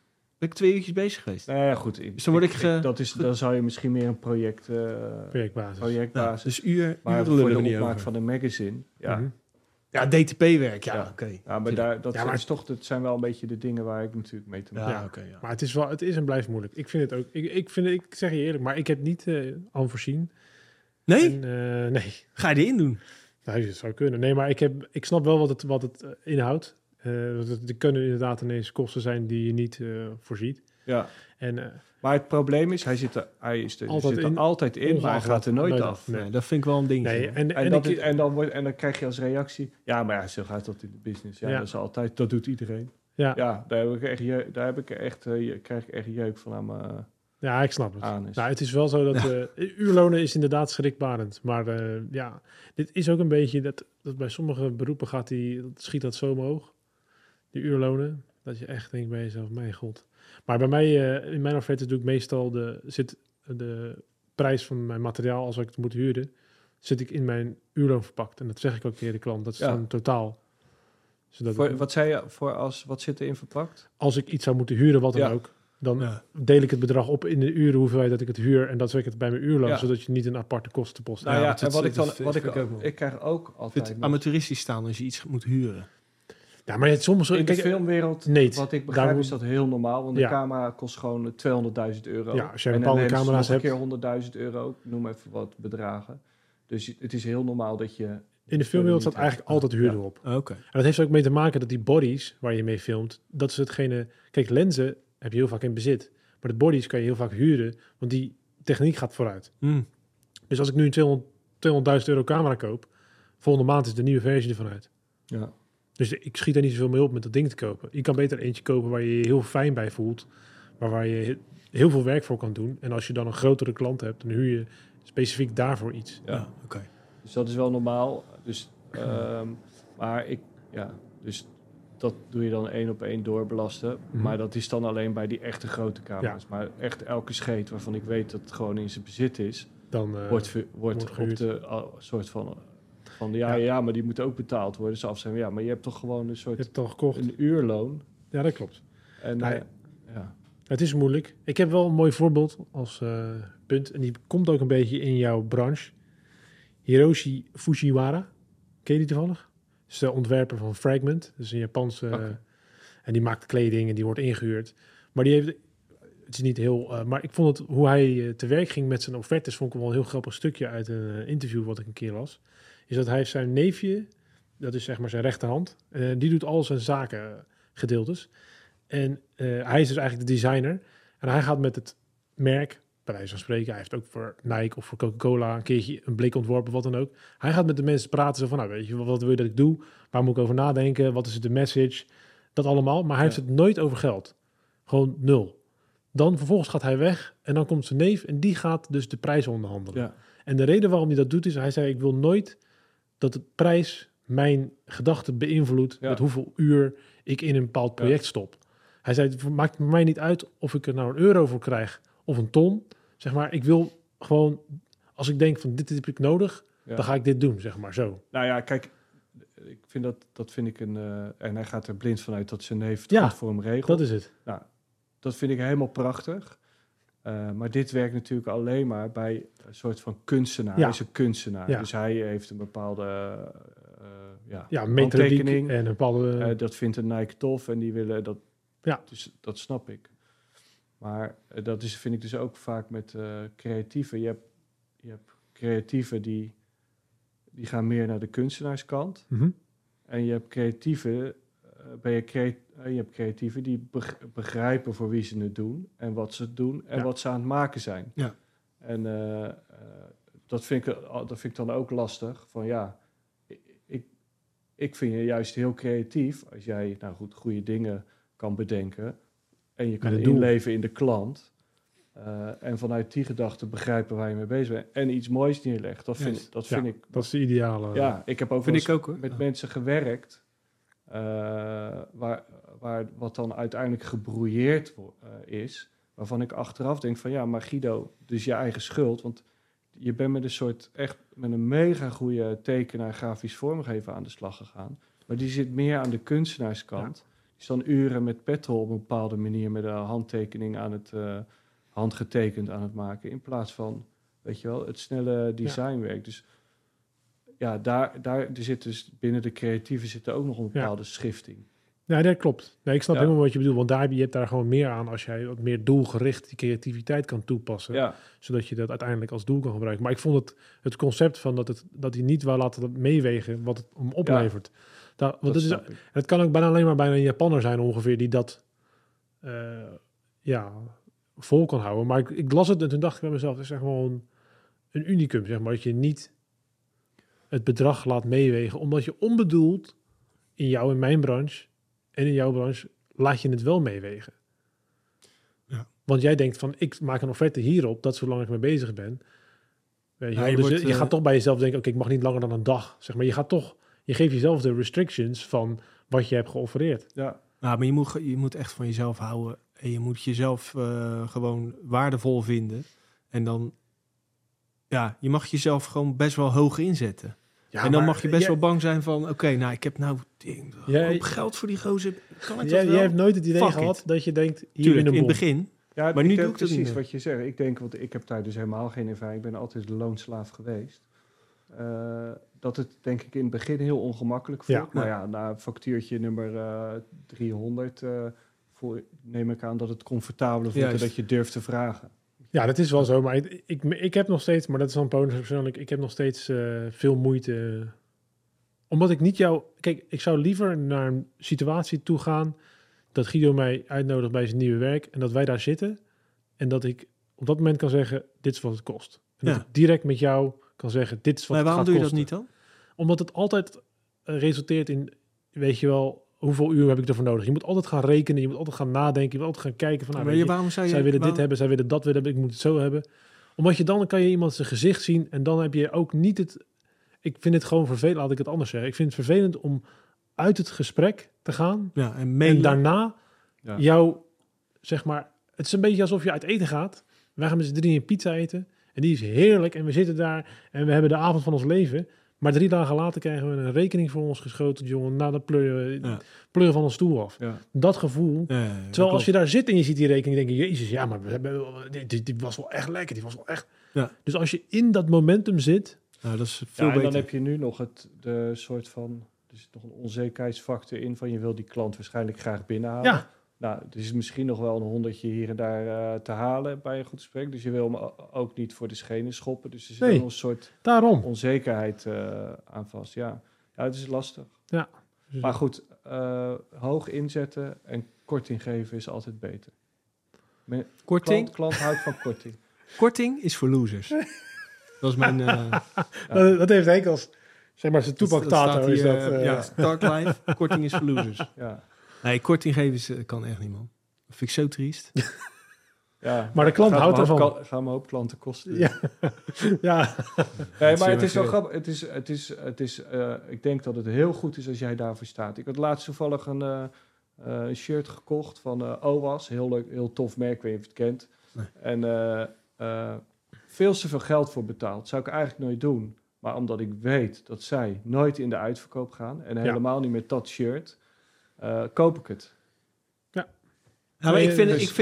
Ben ik 2 uurtjes bezig geweest. Nou ja, goed. Dus dan word ik dan zou je misschien meer een Projectbasis. Ja, dus uren maar lullen voor we de niet opmaak over. van een magazine, ja. Mhm. Ja, DTP-werk, ja, Ja. oké. Ja, maar maar- is toch, dat zijn wel een beetje de dingen waar ik natuurlijk mee te maken Ja, Ja. oké, ja. Maar het is en blijft moeilijk. Ik vind het ook. Ik zeg je eerlijk, maar ik heb niet al voorzien. Nee? En, nee. Ga je erin doen? Nou, dat zou kunnen. Nee, maar ik snap wel wat het inhoudt. Er kunnen inderdaad ineens kosten zijn die je niet voorziet. Ja. En Maar het probleem is, hij zit er altijd in, maar hij gaat er nooit af. Nee. Nee, dat vind ik wel een ding. nee, En dan krijg je als reactie, ja, maar ja, zo gaat dat in de business. Ja, Ja. dat is altijd, dat doet iedereen. ja, Ja, krijg ik echt jeuk van aan mijn ja, ik snap het. anus. Nou, het is wel zo dat uurlonen is inderdaad schrikbarend. Maar ja, dit is ook een beetje dat bij sommige beroepen schiet dat zo omhoog. Die uurlonen. Dat je echt denkt bij jezelf, mijn god. Maar bij mij, in mijn offerte doe ik meestal zit de prijs van mijn materiaal, als ik het moet huren, zit ik in mijn uurloon verpakt. En dat zeg ik ook tegen de klant. Dat is Ja. dan totaal. Zodat Wat zei je, wat zit erin verpakt? als ik iets zou moeten huren, wat dan Ja. ook, dan Ja. deel ik het bedrag op in de uren hoeveelheid dat ik het huur. En dat zet ik het bij mijn uurloon, Ja. zodat je niet een aparte kostenpost Nou hebt. ja, dat en wat is- ik dan, dat wat vind ik ik ook wel. ik krijg ook Ik vind altijd het nog- amateuristisch staan als je iets moet huren. Ja, maar soms... in de kijk, filmwereld, nee, wat ik begrijp, daarom- is dat heel normaal. Want de Ja. camera kost gewoon 200.000 euro. Ja, als je en bepaalde een lens camera's nog een hebt. keer 100.000 euro. Ik noem even wat bedragen. Dus het is heel normaal dat je... in de filmwereld staat eigenlijk altijd huur Ja. erop. Oké. En dat heeft ook mee te maken dat die bodies waar je mee filmt, dat is hetgene... Kijk, lenzen heb je heel vaak in bezit. Maar de bodies kan je heel vaak huren, want die techniek gaat vooruit. Dus als ik nu een 200.000 euro camera koop, volgende maand is de nieuwe versie ervan uit. Ja. Dus ik schiet daar niet zoveel mee op met dat ding te kopen. Je kan beter eentje kopen waar je je heel fijn bij voelt, maar waar je heel veel werk voor kan doen. En als je dan een grotere klant hebt, dan huur je specifiek daarvoor iets. Ja. Oké. Dus dat is wel normaal. Dus, dus dat doe je dan 1 op 1 doorbelasten. Mhm. Maar dat is dan alleen bij die echte grote camera's. Maar echt elke scheet waarvan ik weet dat het gewoon in zijn bezit is, Dan wordt op gehuurd. de soort van Ja. ja, maar die moet ook betaald worden. Dus af zijn, ja, maar je hebt toch gewoon een je soort hebt het al gekocht. een uurloon. Ja, dat klopt. En Nou, ja. Het is moeilijk. Ik heb wel een mooi voorbeeld als punt. En die komt ook een beetje in jouw branche. Hiroshi Fujiwara. Ken je die toevallig? Dat is de ontwerper van Fragment. Dus een Japanse... Oké. En die maakt kleding en die wordt ingehuurd. Maar die heeft... Het is niet heel... maar ik vond het... Hoe hij te werk ging met zijn offertes... vond ik wel een heel grappig stukje uit een interview... wat ik een keer las. Is dat hij heeft zijn neefje... Dat is zeg maar zijn rechterhand. Die doet al zijn zakengedeeltes. En hij is dus eigenlijk de designer. En hij gaat met het merk, bij wijze van spreken, hij heeft ook voor Nike of voor Coca-Cola een keertje een blik ontworpen, wat dan ook. Hij gaat met de mensen praten, zo van, nou weet je, wat wil je dat ik doe? Waar moet ik over nadenken? Wat is de message? Dat allemaal. Maar hij heeft het nooit over geld. Gewoon 0. Dan vervolgens gaat hij weg en dan komt zijn neef en die gaat dus de prijs onderhandelen. Ja. En de reden waarom hij dat doet is, hij zei, ik wil nooit dat de prijs mijn gedachten beïnvloedt Ja. met hoeveel uur ik in een bepaald project stop. Hij zei, het maakt voor mij niet uit of ik er nou €1 voor krijg of een ton. Zeg maar, ik wil gewoon, als ik denk van dit heb ik nodig, Ja. dan ga ik dit doen, zeg maar, zo. Nou ja, kijk, ik vind dat vind ik een... en hij gaat er blind vanuit dat zijn neef het Ja, goed voor hem regelt. Dat is het. Dat vind ik helemaal prachtig. Maar dit werkt natuurlijk alleen maar bij een soort van kunstenaar. Ja. Hij is een kunstenaar. Ja. Dus hij heeft een bepaalde Ja, methodiek handtekening. en een bepaalde... Dat vindt een Nike tof en die willen dat. Ja. Dus dat snap ik. Maar dat vind ik dus ook vaak met creatieven. Je hebt creatieven die gaan meer naar de kunstenaarskant. Mhm. En je hebt creatieven, je hebt creatieven die begrijpen voor wie ze het doen en wat ze doen en Ja. wat ze aan het maken zijn. Ja. En dat vind ik dan ook lastig. Van ja, ik vind je juist heel creatief als jij goede dingen kan bedenken en je kan Met een doel. inleven in de klant. En vanuit die gedachte begrijpen waar je mee bezig bent en iets moois neerlegt. Dat vind ik. Dat is de ideale... Ja, ik heb ook Vind wel ik ook hoor. met mensen gewerkt wat dan uiteindelijk gebrouilleerd is, waarvan ik achteraf denk van ja, maar Guido, dus je eigen schuld, want je bent met een mega goede tekenaar, grafisch vormgever aan de slag gegaan, maar die zit meer aan de kunstenaarskant. Die is dan uren met petrol op een bepaalde manier met een handtekening handgetekend aan het maken. In plaats van, weet je wel, het snelle designwerk. Dus ja, daar zit dus binnen de creatieve zit er ook nog een bepaalde schifting. Ja, dat klopt. Nee, ik snap helemaal wat je bedoelt. Want je hebt daar gewoon meer aan als jij wat meer doelgericht die creativiteit kan toepassen. Ja. Zodat je dat uiteindelijk als doel kan gebruiken. Maar ik vond het concept van dat hij niet wou laten meewegen wat het hem oplevert. Het kan ook bijna alleen maar bijna een Japanner zijn ongeveer die dat vol kan houden. Maar ik las het en toen dacht ik bij mezelf, het is echt gewoon een unicum, zeg maar. Dat je niet het bedrag laat meewegen, omdat je onbedoeld in jouw en mijn branche en in jouw branche laat je het wel meewegen. Ja. Want jij denkt van, ik maak een offerte hierop, dat zolang ik mee bezig ben. Weet je, dus je gaat toch bij jezelf denken, oké, ik mag niet langer dan een dag. Zeg maar, je geeft jezelf de restrictions van wat je hebt geoffereerd. Ja, maar je moet echt van jezelf houden en je moet jezelf gewoon waardevol vinden. En dan, je mag jezelf gewoon best wel hoog inzetten. Ja, en dan mag je best wel bang zijn van, oké, ik heb nou hoop geld voor die gozer. Kan ik dat wel? Jij hebt nooit het idee gehad dat je denkt, hier in het begin. Ja, maar nu doe ik precies niet wat je zegt. Ik denk, want ik heb daar dus helemaal geen ervaring. Ik ben altijd de loonslaaf geweest. Dat het denk ik in het begin heel ongemakkelijk voelt. Ja. Maar na factuurtje nummer 300 neem ik aan dat het comfortabeler voelt en dat je durft te vragen. Ja, dat is wel zo. Maar ik heb nog steeds, maar dat is dan persoonlijk, ik heb nog steeds veel moeite. Omdat ik niet Kijk, ik zou liever naar een situatie toe gaan dat Guido mij uitnodigt bij zijn nieuwe werk en dat wij daar zitten en dat ik op dat moment kan zeggen, dit is wat het kost. En dat ik direct met jou kan zeggen, dit is wat het gaat kosten. Waarom doe je dat niet dan? Omdat het altijd resulteert in, weet je wel, hoeveel uur heb ik ervoor nodig? Je moet altijd gaan rekenen, je moet altijd gaan nadenken, je moet altijd gaan kijken van, waarom zij willen dit hebben, zij willen dat willen hebben, ik moet het zo hebben. Omdat dan kan je iemand zijn gezicht zien en dan heb je ook niet het. Ik vind het gewoon vervelend, laat ik het anders zeggen. Ik vind het vervelend om uit het gesprek te gaan en daarna jou, zeg maar, het is een beetje alsof je uit eten gaat. Wij gaan met z'n drieën pizza eten en die is heerlijk en we zitten daar en we hebben de avond van ons leven. Maar 3 dagen later krijgen we een rekening voor ons geschoten, jongen. Nou, dan pleuren van ons stoel af. Ja. Dat gevoel. Terwijl als je daar zit en je ziet die rekening, denk je, jezus, ja, maar die was wel echt lekker. Die was wel echt. Ja. Dus als je in dat momentum zit, dat is veel beter. En dan heb je nu nog de soort van, er zit nog een onzekerheidsfactor in van je wil die klant waarschijnlijk graag binnenhalen. Ja. Nou, er is misschien nog wel een 100 hier en daar te halen bij een goed gesprek. Dus je wil hem ook niet voor de schenen schoppen. Dus er zit nog een soort onzekerheid aan vast. Ja, het is lastig. Ja. Maar goed, hoog inzetten en korting geven is altijd beter. Korting? Klant houdt van korting. Korting is voor losers. Dat is mijn... Dat heeft Henk als, zeg maar, zijn toepaktato. Start life, korting is voor losers. Ja. Nee, korting geven kan echt niet, man. Dat vind ik zo triest. Ja, maar de klant houdt ervan. Gaan mijn hoop klanten kosten. Ja. Ja. Nee, maar het is wel grappig. Ik denk dat het heel goed is als jij daarvoor staat. Ik had laatst toevallig een shirt gekocht van OWAS. Heel leuk, heel tof merk, weet je of je het kent. Nee. En veel te veel geld voor betaald. Zou ik eigenlijk nooit doen. Maar omdat ik weet dat zij nooit in de uitverkoop gaan en helemaal niet met dat shirt, koop ik het. Ja. Maar ik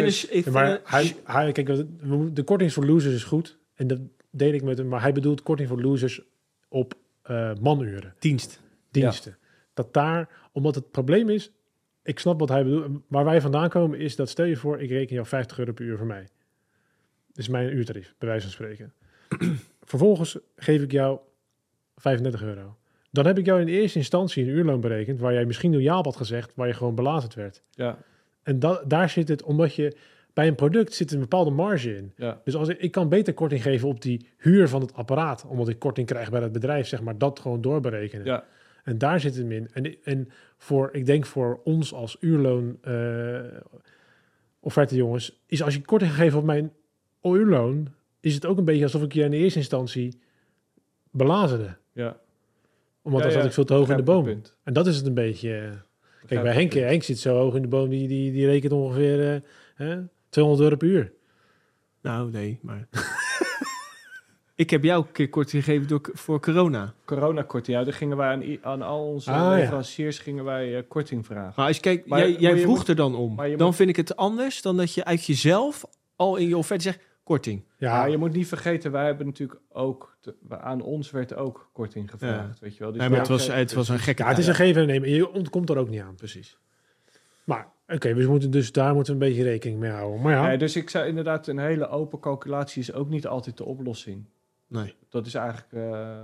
kijk, de korting voor losers is goed. En dat deed ik met hem. Maar hij bedoelt korting voor losers op manuren. Diensten. Ja. Dat daar, omdat het probleem is, ik snap wat hij bedoelt. Waar wij vandaan komen is dat, stel je voor, ik reken jou €50 per uur voor mij. Dat is mijn uurtarief, bij wijze van spreken. Vervolgens geef ik jou €35. Dan heb ik jou in eerste instantie een uurloon berekend, waar jij misschien door Jaap had gezegd, waar je gewoon belazerd werd. Ja. En daar zit het, omdat je bij een product zit een bepaalde marge in. Ja. Dus als ik kan beter korting geven op die huur van het apparaat, omdat ik korting krijg bij het bedrijf, zeg maar, dat gewoon doorberekenen. Ja. En daar zit het in. En ik denk voor ons als uurloon offerte jongens, is als je korting geeft op mijn uurloon, is het ook een beetje alsof ik je in de eerste instantie belazerde. Ja. Omdat dan zat ik veel te hoog in de boom. En dat is het een beetje. Kijk, bij Henk zit zo hoog in de boom, die rekent ongeveer €200 per uur. Nou, nee, maar... Ik heb jou een keer korting gegeven voor corona. Coronakorting, ja, daar gingen wij aan al onze ja. leveranciers gingen wij korting vragen. Maar als je kijkt, Maar jij je vroeg moet- er dan om. maar je Dan moet- vind ik het anders dan dat je uit jezelf al in je offerte zegt, korting. Ja, Maar je moet niet vergeten, wij hebben natuurlijk ook... aan ons werd ook korting gevraagd, weet je wel. Dus Ja, maar wij het kregen- was een gekke ja, het is tijd. een geven en nemen. Je ontkomt er ook niet aan. Precies. Maar oké, daar moeten we een beetje rekening mee houden. Maar ja, Nee, dus ik zou inderdaad, een hele open calculatie is ook niet altijd de oplossing. Nee. Dat is eigenlijk...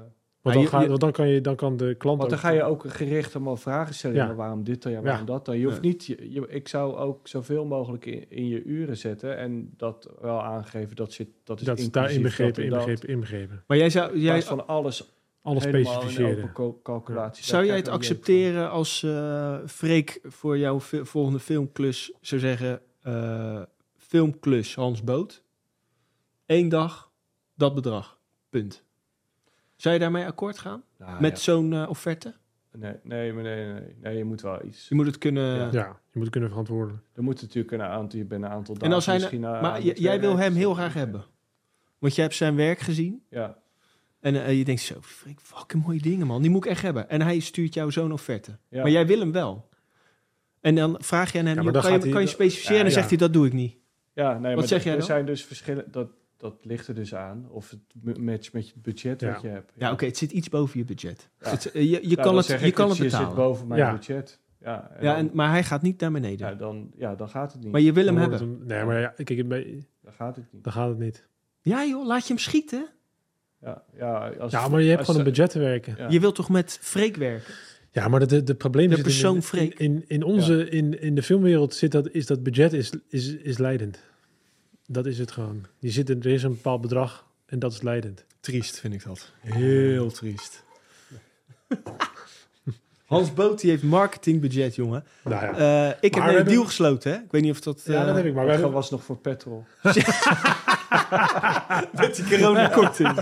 want dan kan de klant want dan ook... ga je ook gericht allemaal vragen stellen. Ja. Maar waarom dit dan? Ja, waarom dat dan? Je hoeft niet... ik zou ook zoveel mogelijk in je uren zetten. En dat wel aangeven. Dat is dat is daar inclusief inbegrepen. Maar jij zou, Jij van alles Alles helemaal in specificeren. open calculatie. zou Daar jij het krijg je ook accepteren als Freek voor jouw volgende filmklus zou zeggen... filmklus Hans Boot. 1 dag, dat bedrag. Punt. Zou je daarmee akkoord gaan? van. Nou, Met zo'n offerte? Nee, je moet wel iets... Je moet het kunnen... Ja. Ja, je moet het kunnen verantwoorden. Er moet natuurlijk een aantal... Je bent een aantal dagen En als hij, misschien... maar jij wil hem heel graag hebben. Want jij hebt zijn werk gezien. Ja. En je denkt zo, Freek, fucking mooie dingen, man. Die moet ik echt hebben. En hij stuurt jou zo'n offerte. Ja. Maar jij wil hem wel. En dan vraag je aan hem, Ja, maar joh, dan gaat kan je hij- specificeren? En dan Ja, zegt hij, dat doe ik niet. Ja, nee, Wat maar zeg jij er dan? zijn dus verschillen... Dat ligt er dus aan. Of het matcht met je budget Ja. wat je hebt. Ja, oké, het zit iets boven je budget. Ja. Je Nou, kan dan het, zeg je ik, kan het je zit betalen. boven mijn Ja. budget. Ja, Ja, dan, maar hij gaat niet naar beneden. dan gaat het niet. Maar je wil hem Dan wordt hebben. het nee, maar ja, kijk, Dan gaat het niet. dan gaat het niet. Ja joh, laat je hem schieten. Ja, Ja, maar je hebt als- gewoon een budget te werken. Ja. Je wilt toch met Freek werken? Ja, maar de probleem De zit persoon Freek. in de filmwereld is dat budget is leidend. Dat is het gewoon. Er is een bepaald bedrag en dat is leidend. Triest vind ik dat. Heel triest. Hans Boot die heeft marketingbudget, jongen. Nou ja, Ik Maar heb we net een hebben- deal gesloten, hè? Ik weet niet of dat... ja dat heb ik. Maar we Dat hebben, was nog voor petrol. met die corona-korting.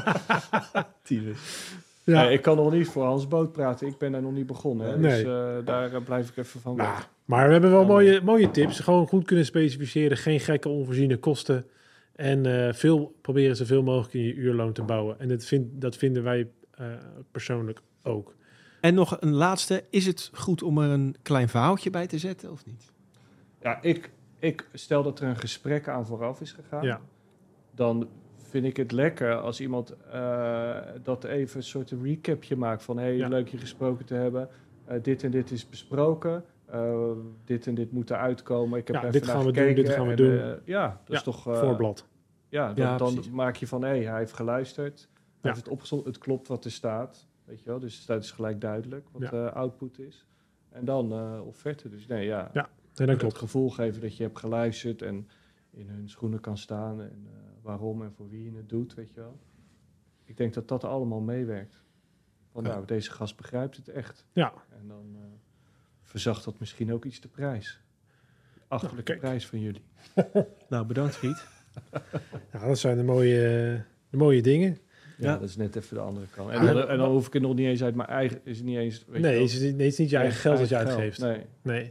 ja, Nee, ik kan nog niet voor Hans Boot praten. Ik ben daar nog niet begonnen. Hè? Nee. Dus daar blijf ik even van nou, weg. maar we hebben wel Ja, mooie tips. Gewoon goed kunnen specificeren. Geen gekke onvoorziene kosten. En proberen zoveel mogelijk in je uurloon te bouwen. En dat vinden wij persoonlijk ook. En nog een laatste. Is het goed om er een klein verhaaltje bij te zetten of niet? Ja, ik stel dat er een gesprek aan vooraf is gegaan. Ja. Dan vind ik het lekker als iemand dat even een soort recapje maakt van... hey, Ja. leuk je gesproken te hebben. Dit en dit is besproken. Dit en dit moet eruit komen. Ik heb Ja, even dit naar gaan we gekeken. doen, dit gaan we En, doen. ja, dat is Ja, toch... Voorblad. Ja, Ja, dan precies. maak je van... hey, hij heeft geluisterd. Hij Ja. heeft het opgezond. Het klopt wat er staat. Weet je wel? Dus dat is gelijk duidelijk wat Ja. de output is. En dan offerte. Dus nee, ja. Ja, nee, dat Het klopt. gevoel geven dat je hebt geluisterd en in hun schoenen kan staan en waarom en voor wie je het doet, weet je wel. Ik denk dat dat allemaal meewerkt. Van Ja. nou, deze gast begrijpt het echt. Ja. En dan verzacht dat misschien ook iets de prijs. De achterlijke kijk. prijs van jullie. Nou, bedankt Friet. Ja, dat zijn de mooie dingen. Ja, Ja. dat is net even de andere kant. Ah, En dan hoef ik het nog niet eens uit mijn eigen... Is het niet eens... weet je Nee, wel, het is niet je eigen geld dat je eigen uitgeeft. geld. Nee.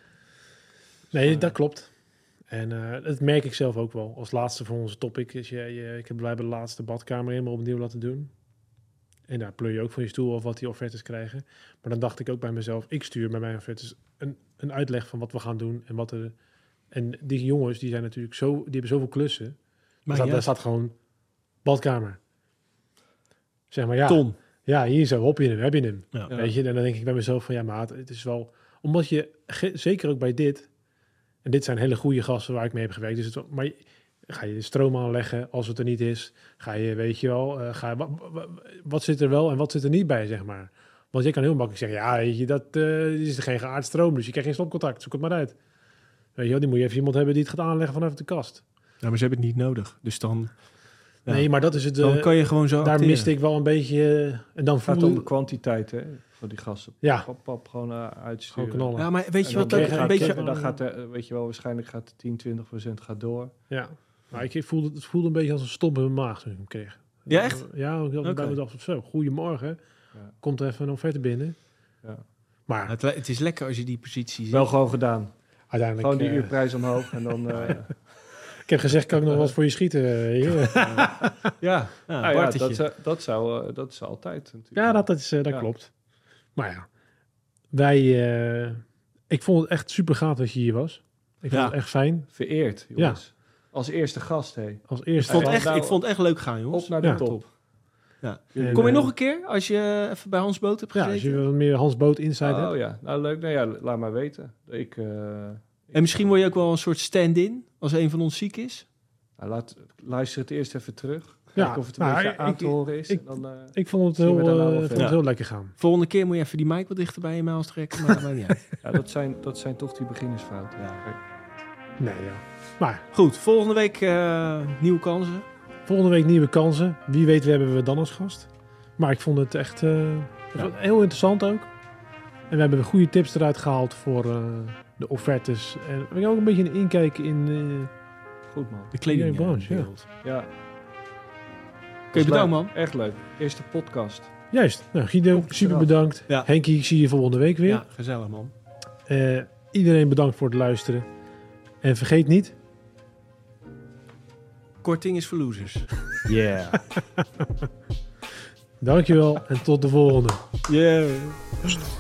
Nee, dat klopt. En dat merk ik zelf ook wel. Als laatste van onze topic is, wij hebben de laatste badkamer helemaal opnieuw laten doen. En daar pleur je ook van je stoel af wat die offertes krijgen. Maar dan dacht ik ook bij mezelf, ik stuur bij mijn offertes een uitleg van wat we gaan doen. En die jongens, die zijn natuurlijk die hebben zoveel klussen. Maar Daar staat gewoon badkamer. Zeg maar, ja. Ton. Ja, hier zo, heb je hem. Ja. Ja. Weet je, en dan denk ik bij mezelf van, ja maat, het is wel... Omdat je, zeker ook bij dit... En dit zijn hele goede gasten waar ik mee heb gewerkt. Dus maar ga je de stroom aanleggen als het er niet is? Ga je, weet je wel, wat zit er wel en wat zit er niet bij, zeg maar? Want je kan heel makkelijk zeggen, ja, weet je, dat is er geen geaard stroom, dus je krijgt geen stopcontact. Zoek het maar uit. Weet je wel, die moet je even iemand hebben die het gaat aanleggen vanaf de kast. Ja, maar ze hebben het niet nodig. Dus dan... Ja. Nee, maar dat is het... dan kan je gewoon zo daar acteren. miste ik wel een beetje... en dan Het gaat voel om de kwantiteit, hè, van die gasten. Ja, Pap, gewoon gewoon uitsturen. knallen. Ja, maar weet je En wat dan ook krijg een je- beetje... Dan gaat weet je wel, waarschijnlijk gaat de 10-20% gaat door. Ja, maar het voelde een beetje als een stomp in mijn maag toen ik hem kreeg. Ja, echt? Ja, ik had Oké. bij mezelf zo, goedemorgen. Ja. Komt er even een offerte binnen. Ja. Maar Het is lekker als je die positie ziet. Wel gewoon gedaan. uiteindelijk... Gewoon die uurprijs omhoog en dan... Ik heb gezegd, kan ik nog wat voor je schieten? Heer? Ja, nou ja, Bartetje. dat is altijd natuurlijk. Ja, dat Ja. klopt. Maar ja, ik vond het echt super gaaf dat je hier was. Ik vond Ja. het echt fijn. Vereerd, jongens. Als eerste gast, hé. Als Ik eerste. vond, Ja, echt, nou, ik vond het echt leuk gaan, jongens. Op naar de Ja. top. Ja. En, Kom je nog een keer als je even bij Hans Boot hebt Ja, gezeten? als je wat meer Hans Boot Inside hebt. Oh ja, nou leuk. Nou ja, laat maar weten. En misschien word je ook wel een soort stand-in als een van ons ziek is. Nou, luister het eerst even terug. Ja, Kijken of het een nou, beetje ik- aan te horen is. ik- en dan, Ik vond het, Zien we daarna wel vond verder. het heel lekker gaan. Volgende keer moet je even die mic wat dichter bij je muil trekken. Maar dat maakt niet uit. ja, dat zijn toch die beginnersfouten. Ja. Nee, ja. Maar Goed, volgende week nieuwe kansen. volgende week nieuwe kansen. Wie weet, wie hebben we dan als gast. Maar ik vond het echt heel interessant ook. En we hebben goede tips eruit gehaald voor de offertes. En we hebben ook een beetje een inkijk in... Goed man. De kledingbranche. kledingbranche, Ja. Was bedankt, leuk. man. Echt leuk. Eerste podcast. Juist. Nou, Guido, Komt super eraf. bedankt. Ja. Henkie, ik zie je volgende week weer. Ja, gezellig, man. Iedereen bedankt voor het luisteren. En vergeet niet... Korting is voor losers. Yeah. Dankjewel en tot de volgende. Yeah.